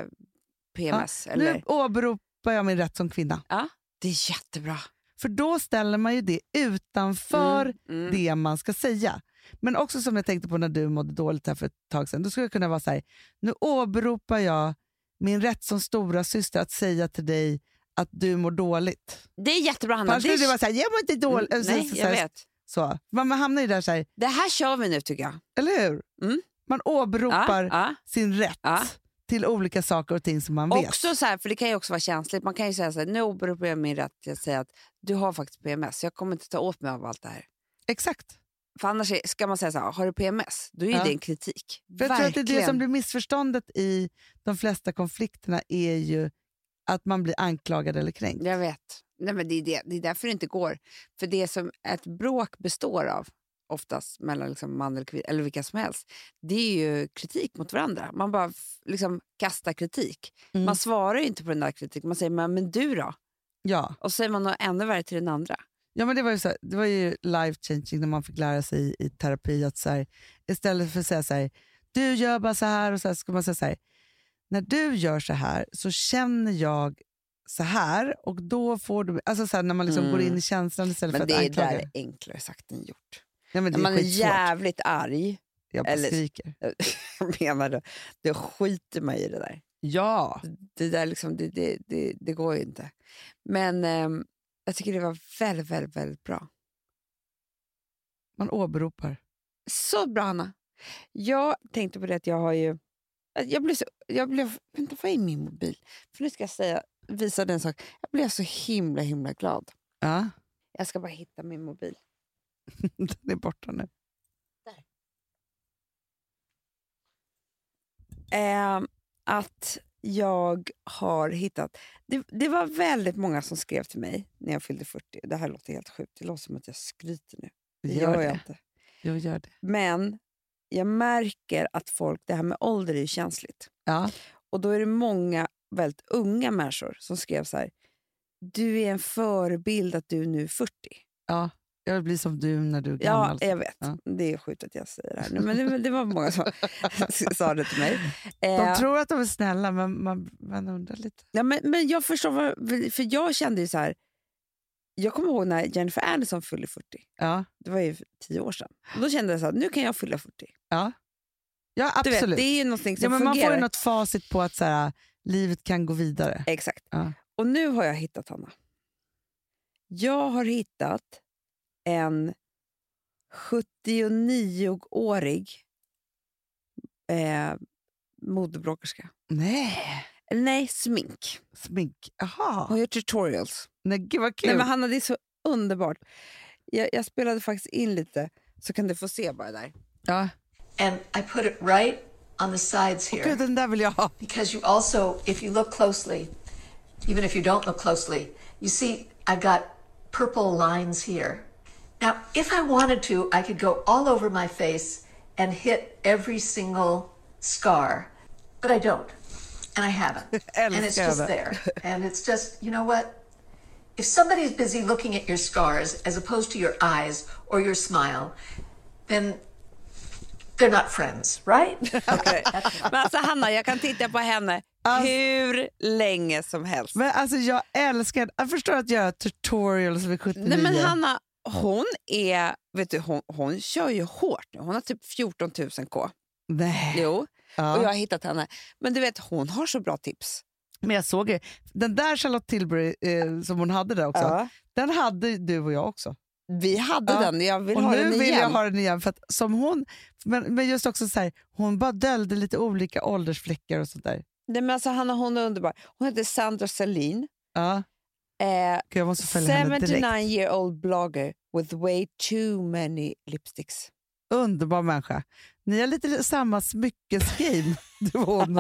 P M S. Ja, eller? Nu åberopar jag min rätt som kvinna. Ja, det är jättebra. För då ställer man ju det utanför mm, mm. det man ska säga. Men också som jag tänkte på när du mådde dåligt här för ett tag sedan. Då skulle jag kunna vara så här, nu åberopar jag min rätt som stora syster att säga till dig att du mår dåligt. Det är jättebra, Hanna. Annars skulle du vara så här, jag mår inte dåligt. Mm, nej, så, jag så, vet. Så. Man hamnar ju där så här. Det här kör vi nu tycker jag. Eller hur? Mm. Man åberopar ja, ja. sin rätt ja. till olika saker och ting som man vet. Också så här, för det kan ju också vara känsligt. Man kan ju säga så här, nu åberopar jag min rätt till att säga att du har faktiskt P M S. Jag kommer inte ta åt mig av allt det här. Exakt. För annars ska man säga så här, har du P M S? Då är ja. det en kritik. För jag tror att det, är det som blir missförståndet i de flesta konflikterna är ju att man blir anklagad eller kränkt. Jag vet. Nej, men det, är det. det är därför det inte går. För det som ett bråk består av oftast mellan liksom man eller kvinna, eller vilka som helst, det är ju kritik mot varandra. Man bara f- liksom kastar kritik. Mm. Man svarar ju inte på den där kritiken. Man säger, men, men du då? Ja. Och så säger man något ännu värre till den andra. Ja, men det var ju, så här, det var ju life changing när man fick lära sig i, i terapi att så här, istället för att säga så här, du gör bara så här och så här, ska man säga så här, när du gör så här så känner jag så här och då får du, alltså så här, när man liksom Mm. går in i känslan istället Men för det att är anklaga. där är enklare sagt än gjort. Ja, men det När är man är skitsvårt. jävligt arg, Jag bara eller- skriker. jag menar det, det skiter man i det där. Ja. Det där liksom, det, det, det, det går ju inte. Men ehm, jag tycker det var väldigt, väldigt, väldigt bra. Man åberopar. Så bra, Hanna. Jag tänkte på det att jag har ju... Jag blev så... Jag blev, vänta, vad är min mobil? För nu ska jag säga, visa den sak. Jag blev så himla, himla glad. Ja. Jag ska bara hitta min mobil. Den är borta nu. Ehm, att jag har hittat... Det, det var väldigt många som skrev till mig när jag fyllde fyrtio. Det här låter helt sjukt. Det låter som att jag skryter nu. Det Gör gör det. jag inte. Jag gör det. Men jag märker att folk, det här med ålder är ju känsligt. Ja. Och då är det många väldigt unga människor som skrev så här: du är en förebild att du nu är fyrtio. Ja. Jag vill bli som du när du är Ja, gammal. jag vet. Ja. Det är sjukt att jag säger det här nu. Men det, det var många som sa det till mig. De Eh, tror att de är snälla, men man, man undrar lite. ja, men, men jag förstår, vad, för jag kände ju så här. Jag kommer ihåg när Jennifer Aniston fyllde fyrtio. Ja. Det var ju tio år sedan. Och då kände jag så här, nu kan jag fylla fyrtio. Ja. Ja, Du absolut. vet, det är ju någonting som Ja, men man fungerar. får ju något facit på att så här, livet kan gå vidare. Exakt. Ja. Och nu har jag hittat, Hanna. Jag har hittat en sjuttionio-årig eh, modebråkerska. Nej, Eller nej, smink. smink. Jaha. Hon gör tutorials. Nej, gud vad kul. Nej, men Hanna, det är så underbart. Jag, jag spelade faktiskt in lite, så kan du få se bara där. Ja. And I put it right on the sides here. Gud, den där vill jag ha. Because you also, if you look closely, even if you don't look closely, you see I've got purple lines here. Now, if I wanted to, I could go all over my face and hit every single scar, but I don't, and I haven't. And it's Älskar just det. there. And it's just, you know what? If somebody's busy looking at your scars as opposed to your eyes or your smile, then they're not friends, right? Okay. Men alltså Hanna, jag kan titta på henne Alltså- hur länge som helst. Men alltså jag älskar, jag förstår att jag gör tutorials vid sjuttionio. Nej, men Hanna, hon är, vet du, hon, hon kör ju hårt nu. Hon har typ fjorton tusen k. Nej. Jo, Ja. och jag har hittat henne. Men du vet, hon har så bra tips. Men jag såg det. Den där Charlotte Tilbury eh, som hon hade där också, Ja. den hade du och jag också. Vi hade Ja. den, jag vill Och ha nu den vill igen. jag ha den igen. För att som hon, men, men just också så här, hon bara döljde lite olika åldersfläckar och sånt där. Nej, men alltså, Hanna, hon är underbar. Hon heter Sandra Salin. Ja. Eh, Gud, jag måste följa henne direkt. seventy-nine year old blogger with way too many lipsticks. Underbar människa. Ni har lite samma smyckesgame, du och hon.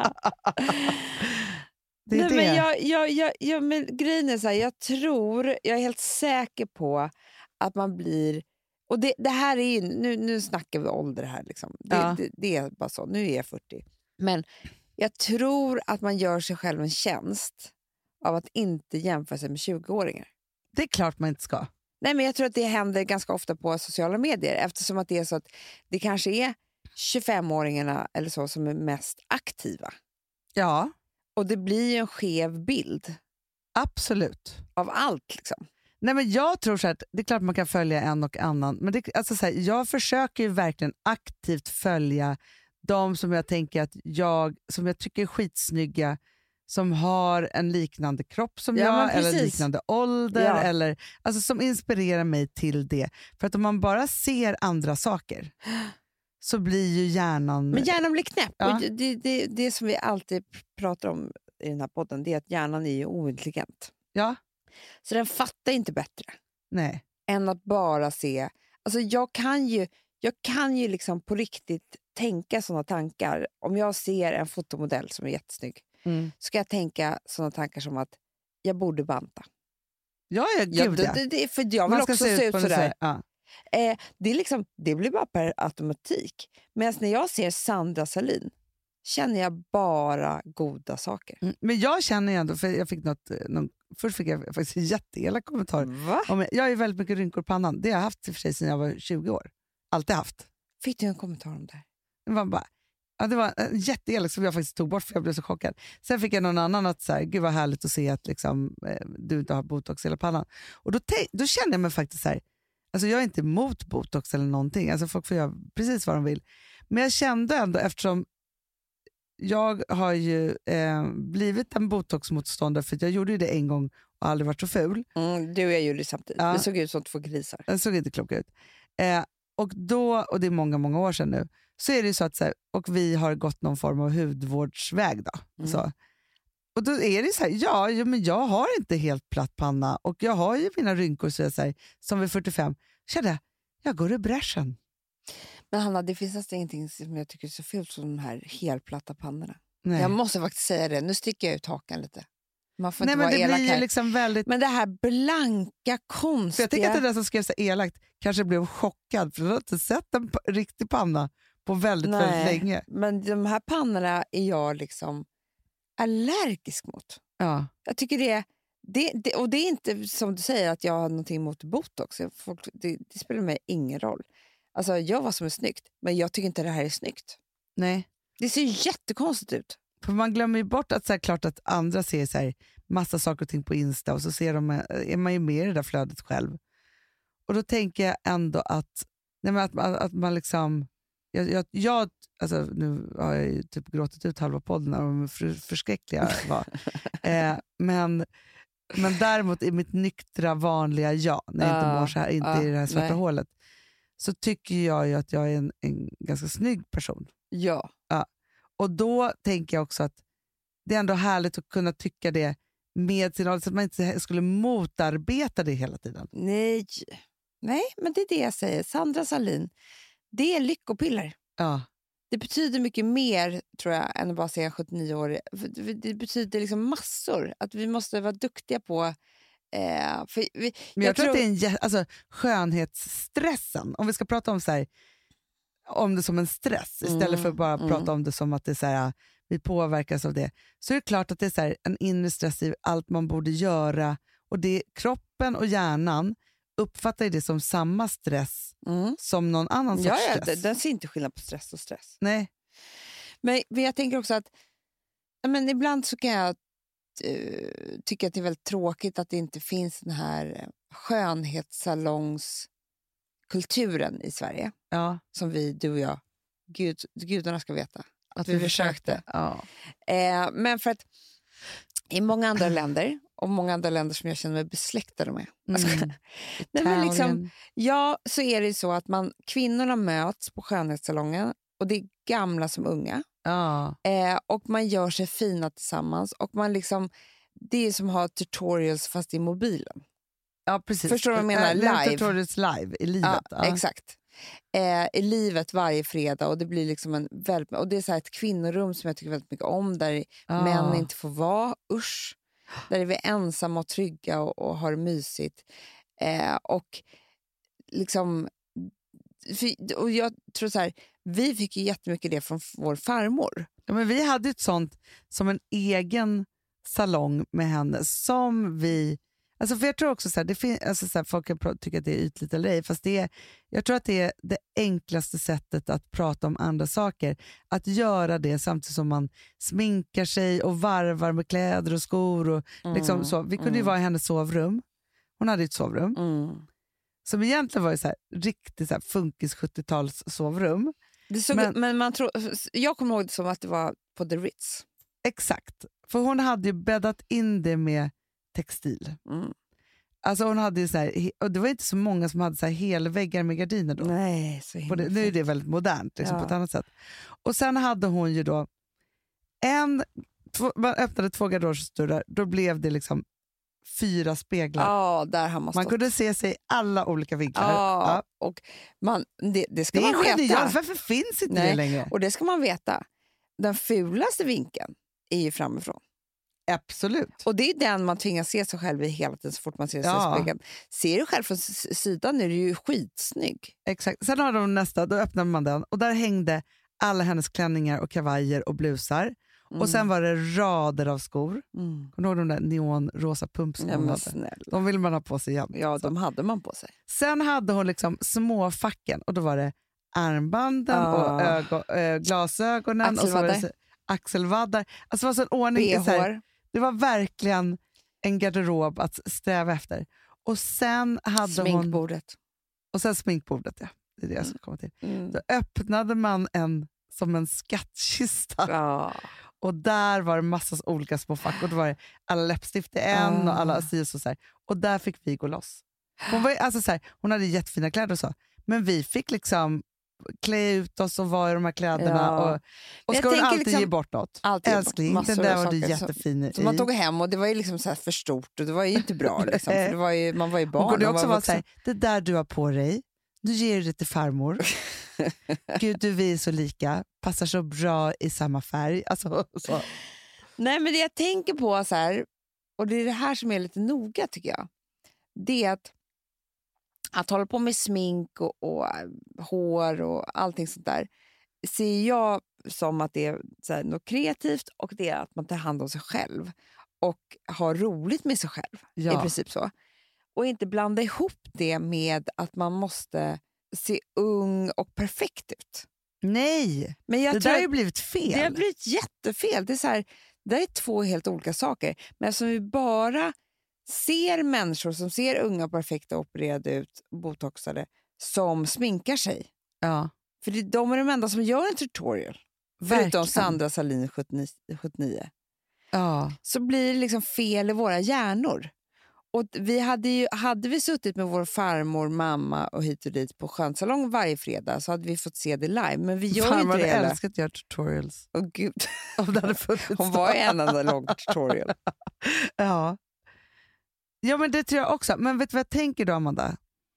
Det är Nej, det. men jag, jag, jag, jag, men grejen är så här, jag tror, jag är helt säker på att man blir, och det, det här är ju, nu, nu snackar vi ålder här liksom. Det, Ja. det, det är bara så, nu är jag fyrtio. Men jag tror att man gör sig själv en tjänst av att inte jämföra sig med tjugoåringar. Det är klart man inte ska. Nej, men jag tror att det händer ganska ofta på sociala medier, eftersom att det är så att det kanske är tjugofemåringarna eller så som är mest aktiva. Ja, Och det blir ju en skev bild absolut. av allt liksom. Nej, men jag tror så att det är klart man kan följa en och annan, men det, alltså så här, jag försöker ju verkligen aktivt följa de som jag tänker att jag, som jag tycker är skitsnygga, som har en liknande kropp som Ja, men jag, eller precis. liknande ålder, Ja. eller, alltså som inspirerar mig till det. För att om man bara ser andra saker så blir ju hjärnan... Men hjärnan blir knäpp. Ja. Och det, det, det som vi alltid pratar om i den här podden, det är att hjärnan är ju ointelligent. Ja, Så den fattar inte bättre nej. än att bara se. Alltså jag kan ju, jag kan ju liksom på riktigt tänka såna tankar. Om jag ser en fotomodell som är jättesnygg, Mm. så ska jag tänka såna tankar som att jag borde banta. Ja, ja, Ja, gud det, ja. det, det, för jag vill Man ska också se ut på en sådär. så- Ja. Eh, det, är liksom, det blir bara per automatik. Medan när jag ser Sandra Salin känner jag bara goda saker. Mm, men jag känner ju ändå, för jag fick något, någon, först fick jag faktiskt en jätteelak kommentar. Va? Om, jag har ju väldigt mycket rynkor på pannan. Det har jag haft i och för sig sedan jag var tjugo år. Alltid haft. Fick du en kommentar om det? Det var bara, ja, det var en jätteelak som jag faktiskt tog bort för jag blev så chockad. Sen fick jag någon annan att så här, gud vad härligt att se att liksom, eh, du inte har botox i hela pannan. Och då, te- då känner jag mig faktiskt så här, alltså jag är inte emot botox eller någonting. Alltså folk får göra precis vad de vill. Men jag kände ändå, eftersom jag har ju eh, blivit en botoxmotståndare, för jag gjorde ju det en gång och aldrig varit så ful. Mm, du och jag gjorde det samtidigt. Ja. Vi såg ut som två grisar. Det såg inte klok ut. Eh, och då, och det är många, många år sedan nu, så är det ju så att så här, och vi har gått någon form av hudvårdsväg då. Mm. Så. Och då är det så här, ja, ja, men jag har inte helt platt panna och jag har ju mina rynkor så jag säger, som vid fyrtiofem. Kände jag, jag går i bräschen. Men Hanna, det finns nästan ingenting som jag tycker är så fult som de här helplatta pannorna. Nej. Jag måste faktiskt säga det. Nu sticker jag ut hakan lite. Man får Nej, inte men vara det elak blir ju här. liksom väldigt... Men det här blanka, För konstiga... jag tänker att det där som skrev så elakt kanske blev chockad, för jag har inte sett en p- riktig panna på väldigt, Nej, väldigt länge. men de här pannorna är jag liksom allergisk mot. Ja. Jag tycker det, det, det... Och det är inte som du säger att jag har någonting emot botox. Folk, det, det spelar mig ingen roll. Alltså, jag var som är snyggt, men jag tycker inte det här är snyggt. Nej. Det ser jättekonstigt ut. För man glömmer ju bort att så här, klart att andra ser så här, massa saker och ting på Insta och så ser de, är man ju med i det där flödet själv. Och då tänker jag ändå att, nej men att, att, att man liksom, jag, jag, jag, alltså, nu har jag ju typ gråtit ut halva podden och hur för, förskräckliga var. eh, men, men däremot i mitt nyktra vanliga jag, när jag inte Ja, mår så här, inte ja, i det här svarta nej. hålet, så tycker jag ju att jag är en, en ganska snygg person. Ja. Och då tänker jag också att det är ändå härligt att kunna tycka det med sin ålder, så att man inte skulle motarbeta det hela tiden. Nej. Nej, men det är det jag säger. Sandra Salin, det är lyckopiller. Ja. Det betyder mycket mer, tror jag, än att bara säga sjuttionio år. Det betyder liksom massor. Att vi måste vara duktiga på... Eh, för vi, Men jag, jag tror, tror att det är en jä- alltså, skönhetsstressen, om vi ska prata om så här, om det som en stress istället Mm, för att bara mm. prata om det som att det är så här, vi påverkas av det, så är det klart att det är så här, en inre stress i allt man borde göra, och det, kroppen och hjärnan uppfattar det som samma stress Mm. som någon annan sorts Ja, ja, stress. den- den ser inte skillnad på stress och stress. Nej. Men, men jag tänker också att ja, men ibland så kan jag uh, tycka att det är väldigt tråkigt att det inte finns den här skönhetssalonskulturen i Sverige. Ja. Som vi, du och jag, Gud, gudarna ska veta. Att vi försökte. Ja. Eh, men för att i många andra länder, och många andra länder som jag känner mig besläktade med. Alltså, Mm. nej, men liksom, Italien. ja, så är det så att man, kvinnorna möts på skönhetssalongen och det är gamla som unga. Ja. Eh, och man gör sig fina tillsammans. Och man liksom, det är som att ha tutorials fast i mobilen. Ja, precis. Förstår du vad jag menar? Äh, Live. Tutorials live i livet. Ja, Ja. exakt. Eh, I livet varje fredag. Och det blir liksom en väldigt, och det är så här ett kvinnorum som jag tycker väldigt mycket om. Där Ja. män inte får vara. Usch. Där är vi ensamma och trygga och, och har det mysigt. Eh, och liksom... För, och jag tror så här, vi fick ju jättemycket det från vår farmor. Ja, men vi hade ett sånt som en egen salong med henne som vi... Alltså för jag tror också så här, det fin- alltså så här, folk kan pr- tycka att det är ytligt eller ej, fast det är, jag tror att det är det enklaste sättet att prata om andra saker. Att göra det samtidigt som man sminkar sig och varvar med kläder och skor. Och liksom så. Vi kunde ju vara i hennes sovrum. Hon hade ett sovrum. Mm. Som egentligen var ju så här, riktigt så här funkis sjuttio-tals sovrum. Det såg, Men- men, men man tror, jag kommer ihåg det som att det var på The Ritz. Exakt. För hon hade ju bäddat in det med textil. Mm. Alltså hon hade ju så här, och det var inte så många som hade så här helväggar med gardiner då. Nej, så På himla det, nu är fint. det väldigt modernt liksom, Ja. på ett annat sätt. Och sen hade hon ju då en, två, man öppnade två garderogsdörrar, då blev det liksom fyra speglar. Ja, där har man Man stått. kunde se sig i alla olika vinklar. Ja, Ja. och man, det, det ska Det är man veta. genialt, varför finns inte Nej. det längre? Och det ska man veta. Den fulaste vinkeln är ju framifrån. Absolut. Och det är den man tvingas se sig själv i hela tiden så fort man ser sig Ja. i spegeln. Ser du själv från s- sidan är du ju skitsnygg. Exakt. Sen har de nästa, då öppnar man den och där hängde alla hennes klänningar och kavajer och blusar. Mm. Och sen var det rader av skor. Mm. Kommer du ihåg de där neonrosa pumpsen Ja, hon men hade? snälla. De vill man ha på sig igen. Ja, de hade man på sig. Sen hade hon liksom små facken och då var det armbanden Ah. och ögon, äh, glasögonen och så var det Axelvaddar. så, axelvaddar. Alltså det var så en ordning. B i så här, H. det var verkligen en garderob att sträva efter. Och sen hade hon... Sminkbordet. Och sen sminkbordet, ja. Det är det jag ska komma till. Mm. Då öppnade man en som en skattkista. Ja. Och där var det massa olika små fack. Och då var det alla läppstift i en Ah. och alla si och så, så här. Och där fick vi gå loss. Hon, var, alltså, så här, hon hade jättefina kläder och så. Men vi fick liksom klä ut oss och vara i de här kläderna. Ja. Och, och jag ska hon tänker alltid liksom- ge bort något? Alltid Älskling, massor den där av var du saker som- jättefin i. Så man tog hem och det var ju liksom så här för stort och det var ju inte bra. Liksom, för det var ju, man var ju barn. Hon kunde och också var vara så här, det där du har på dig, du ger det till farmor. Gud, du vi är så lika, passar så bra i samma färg. Alltså, så. Nej, men det jag tänker på så här, och det är det här som är lite noga tycker jag, det är att att hålla på med smink och, och hår och allting sånt där ser jag som att det är så här, något kreativt och det är att man tar hand om sig själv och har roligt med sig själv. Ja. I princip så. Och inte blanda ihop det med att man måste se ung och perfekt ut. Nej, Men jag det tror där har ju att blivit fel. det har blivit jättefel. Det är, så här, det är två helt olika saker. Men eftersom vi bara ser människor som ser unga, perfekta, opererade ut, botoxade, som sminkar sig. Ja, För det, de är de enda som gör en tutorial. verkligen. Förutom Sandra Salin sjuttionio, sjuttionio. Ja. Så blir det liksom fel i våra hjärnor. Och vi hade, ju, hade vi suttit med vår farmor, mamma och hit och dit på skönsalong varje fredag så hade vi fått se det live. Men vi gör ju Farmor inte hade det. Eller? älskat att göra tutorials. Åh, Gud. Om det hade funnits. Hon var ju en enda lång tutorial. Ja. Ja, men det tror jag också. Men vet du vad jag tänker då, Amanda?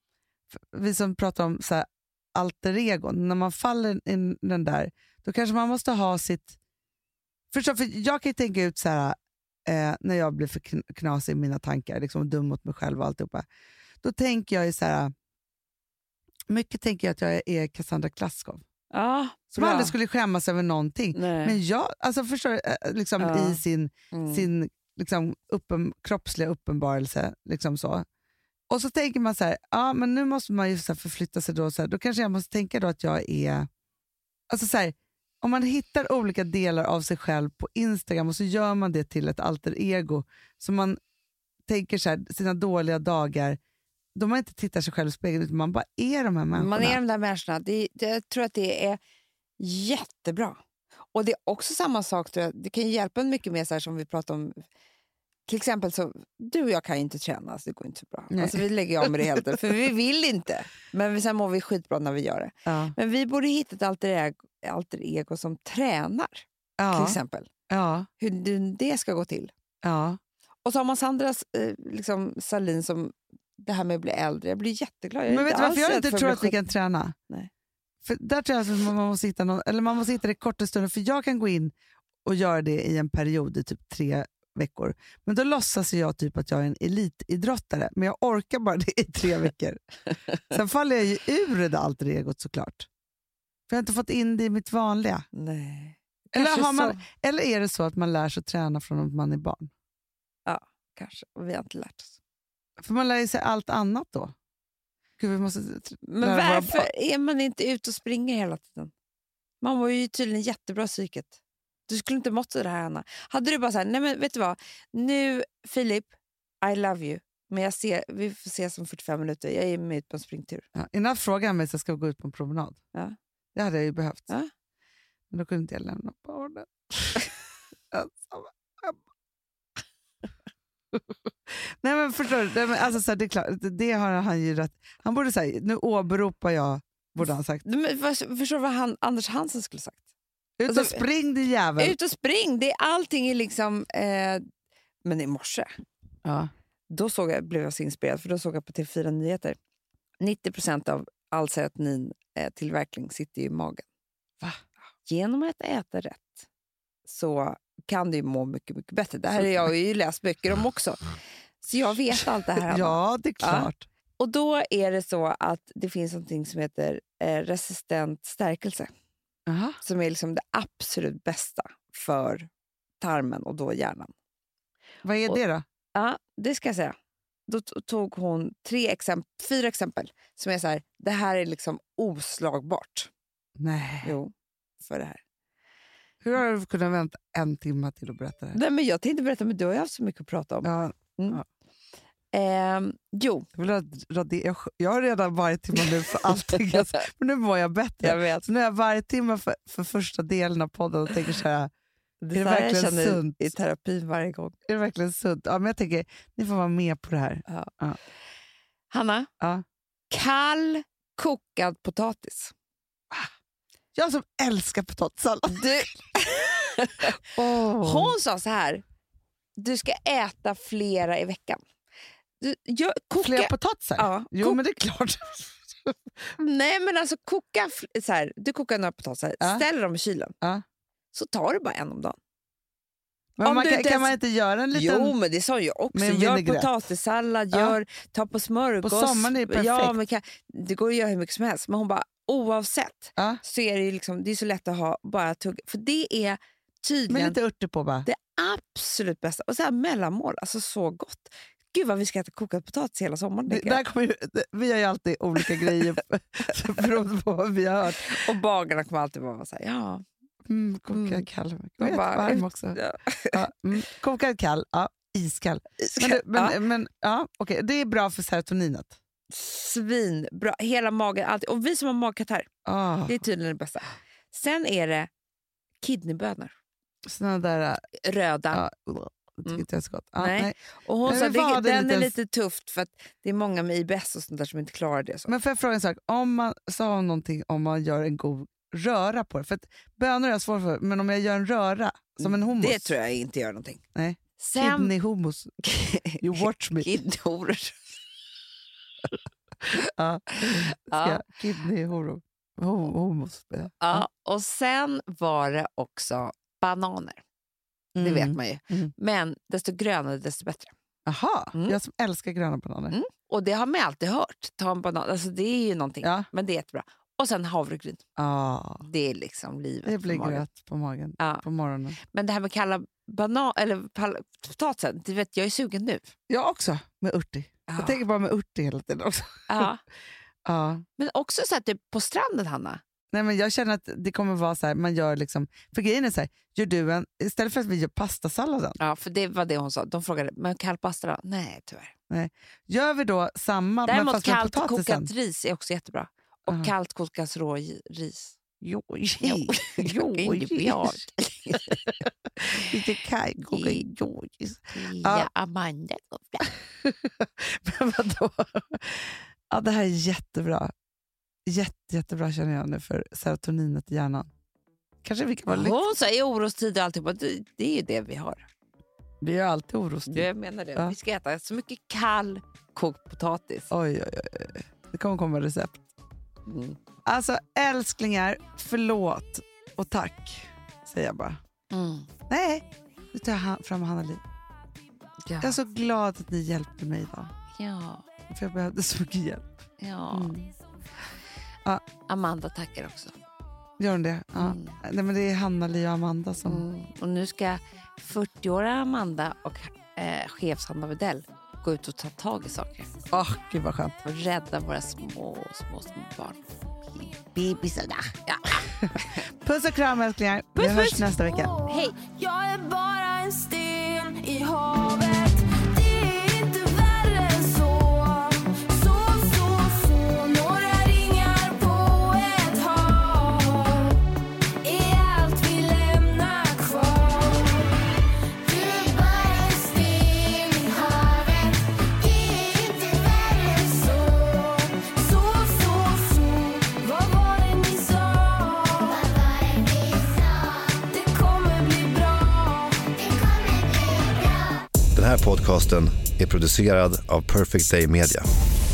Vi som pratar om så här, alter ego. När man faller in den där, då kanske man måste ha sitt... Förstå, för jag kan ju tänka ut så här, eh, när jag blir för kn- knasig i mina tankar, liksom dum mot mig själv och alltihopa. Då tänker jag ju så här... Mycket tänker jag att jag är Cassandra Klaskov. Ja, Som bra. aldrig skulle skämmas över någonting. Nej. Men jag, alltså förstår du, eh, liksom Ja. i sin, Mm. sin liksom uppen, kroppsliga uppenbarelse. Liksom så. Och så tänker man så här, ja men nu måste man ju så här förflytta sig då. Så här, då kanske jag måste tänka då att jag är... Alltså så här, om man hittar olika delar av sig själv på Instagram och så gör man det till ett alter ego. Så man tänker så här, sina dåliga dagar, då man inte tittar sig själv i spegeln utan man bara är de här människorna. Man är de där människorna. Det, det, jag tror att det är jättebra. Och det är också samma sak, tror jag. Det kan ju hjälpa en mycket mer så här som vi pratar om. Till exempel så, du och jag kan ju inte träna, så det går inte så bra. Nej. Alltså vi lägger av med det helt, för vi vill inte. Men sen mår vi skitbra när vi gör det. Ja. Men vi borde hitta ett alter ego, alter ego som tränar, till Ja. exempel. Ja. Hur det ska gå till. Ja. Och så har man Sandras eh, liksom Salin som det här med att bli äldre. Jag blir jätteglad. Jag är Men vet inte du varför alls jag rädd inte för tror bli att vi sjut- kan träna? Nej. För där tror jag att man måste hitta någon, eller man måste hitta det korta stunden. För jag kan gå in och göra det i en period i typ tre veckor. Men då låtsas jag typ att jag är en elitidrottare. Men jag orkar bara det i tre veckor. Sen faller jag ju ur det där alter egot såklart. För jag har inte fått in det i mitt vanliga. Nej. Eller, Kanske har man, så. eller är det så att man lär sig att träna från att man är barn? Kanske. Och vi har inte lärt oss. För man lär sig allt annat då. Gud, vi måste t- Men lära våra varför barn. är man inte ute och springer hela tiden? Man var ju tydligen jättebra psyket. Du skulle inte mått det här, Anna. Hade du bara så här, nej men vet du vad? Nu, Filip, I love you. Men jag ser, vi får ses om fyrtiofem minuter. Jag är med ut på en springtur. Ja, innan frågan han mig så ska vi gå ut på en promenad. Ja. Det hade jag ju behövt. Ja. Men då kunde inte jag lämna barnen. Ensamma hemma. Nej men förstår du, Nej, men alltså, så här, det är klart, det, det har han ju rätt. Han borde säga, nu åberopar jag, borde han sagt. Men, vad- förstår du vad han, Anders Hansen skulle sagt? Ut och Alltså, spring din jävel. Ut och spring! Det är allting är liksom... Eh, men i morse, Ja. då såg jag, blev jag så inspirerad, för då såg jag på T V fyra Nyheter. nittio procent av all serotonin eh, tillverkning sitter ju i magen. Va? Genom att äta rätt så kan du ju må mycket, mycket bättre. Det här har jag ju läst böcker om också. Så jag vet allt det här. Ja, det är klart. Ja. Och då är det så att det finns någonting som heter eh, resistent stärkelse. Aha. Som är liksom det absolut bästa för tarmen och då hjärnan. Vad är det då? Ja, det ska jag säga. Då t- tog hon tre exempel, fyra exempel som är så här, det här är liksom oslagbart. Nej. Jo, för det här. Hur har du kunnat vänta en timme till att berätta det här? Nej, men jag tänkte berätta, men du har ju haft så mycket att prata om. Ja, Mm. ja. Ehm, jo. Jag, vill ha, jag, jag har redan varje timme nu för allting. Alltså, men nu mår jag bättre. Jag vet. Så nu är jag varje timme för, för första delen av podden och tänker så här, Det är det verkligen jag känner sunt? i terapin varje gång. Är det verkligen sunt? Ja, men jag tänker, ni får vara med på det här. Ja. Ja. Hanna, Ja. kall kokad potatis. Jag som älskar potatissallad. Du, oh. hon sa så här, du ska äta flera i veckan. Du, jag, koka, Flera potatisar? Ja, Jo, kok- men det är klart. Nej, men alltså koka, fl- så här, du kokar några potatisar, Ja. ställer dem i kylen. Ja. Så tar du bara en om dagen. Men Om man du kan, inte kan ens- man inte göra en liten... Jo, men det sa jag också. med Gör vinägrett. potatissallad, Ja. gör, ta på smörgås. På sommaren är det perfekt. Ja, men kan, det går att göra hur mycket som helst. Men hon bara, oavsett Ja. så är det ju liksom, det är så lätt att ha bara tugga. För det är Med tydligen lite örter på bara. det absolut bästa. Och så här mellanmål, alltså så gott. Gud vad vi ska äta kokad potatis hela sommaren. Det, tänker jag. där kommer ju, det- vi har ju alltid olika grejer beroende på vad vi har hört. Och bagarna kommer alltid vara så här, ja. Mm, kokad Mm. kall. Man Jag bara- varm också. ja. Ja, mm, kokad kall, ja, iskall. Men, det, men, Ja. men ja, okej, det är bra för serotoninet. Svinbra, hela magen, alltid. Och vi som har magkatarr, Ah, det är tydligen det bästa. Sen är det kidneybönor. såna där... Röda. Ja, uh, det tycker Mm. inte jag är så gott. Ja, Nej. nej. Och hon Men sa vi var det, det den lite- är lite tufft för att det är många med I B S och sånt där som inte klarar det. Så. Men får jag fråga en sak? Om man sa någonting om man gör en god röra på det. För att bönor är jag svår för, men om jag gör en röra som en hummus. Det tror jag inte gör någonting. Nej. Sen, Kidney hummus. You watch me. Kidneyhoror. Ja. Ja. Ja. Kidney horo. Ho- hummus. Ja. Ja, och sen var det också bananer. Det Mm. vet man ju. Mm. Men desto grönare desto bättre. Aha, Mm. jag som älskar gröna bananer. Mm. Och det har man alltid hört. Ta en banan, alltså det är ju någonting. Ja. Men det är jättebra. Och sen havregryn. Ah, Det är liksom livet. det blir för magen. gröt på magen Ja. på morgonen. Men det här med kalla banan eller pal- potatisen, det vet jag är sugen nu. Jag också, med örtig. Ja. Jag tänker bara med örtig hela tiden också. Ja. Ja. Men också så att det på stranden, Hanna. Nej, men jag känner att det kommer vara så här, man gör liksom, för grejen är så här, gör du en, istället för att vi gör pastasalladen, Ja, för det var det hon sa. De frågade, men kall pasta då? Nej, tyvärr. gör vi då samma men Däremot fast med kallt potatisen? kokat ris är också jättebra. Och Aha. kallt kokat råris. Jo, Jo. jo, Inte jag. lite kaj, koka I- jo. Ja, Amanda. Men vadå? Ja, det här är jättebra. Jätte, jättebra känner jag nu för serotoninet i hjärnan. Kanske vi kan vara lyckliga. Hon sa i orostid och alltihopa, det, det är ju det vi har. Vi är alltid orostid. Jag menar det. Ja. Vi ska äta så mycket kall kokt potatis. Oj, oj, oj. Det kommer komma recept. Mm. Alltså älsklingar, förlåt och tack, säger jag bara. Mm. Nej, nu tar jag ha- fram Hanna-Li. Ja. Jag är så glad att ni hjälpte mig idag. Ja. För jag behövde så mycket hjälp. Ja. Mm. Ja. Amanda tackar också. Gör hon det? Ja. Mm. Nej, men det är Hanna-Li och Amanda som... Mm. Och nu ska fyrtioåriga Amanda och eh, chefs-Hanna Widell gå ut och ta tag i saker. Åh, gud vad skönt. Och rädda våra små, små, små barn. Bebisarna. Ja. Puss och kram älsklingar. Puss, Vi hörs puss. nästa vecka. Hej! Jag är bara en sten i havet. Det är inte värre än så. Så, så, så. Några ringar på ett hav är allt vi lämnar kvar. Du är bara en sten i havet. Det är inte värre än så. Så, så, så. Vad var det ni sa? Vad var det ni sa? Det kommer bli bra. Det kommer bli bra. Den här podcasten är producerad av Perfect Day Media.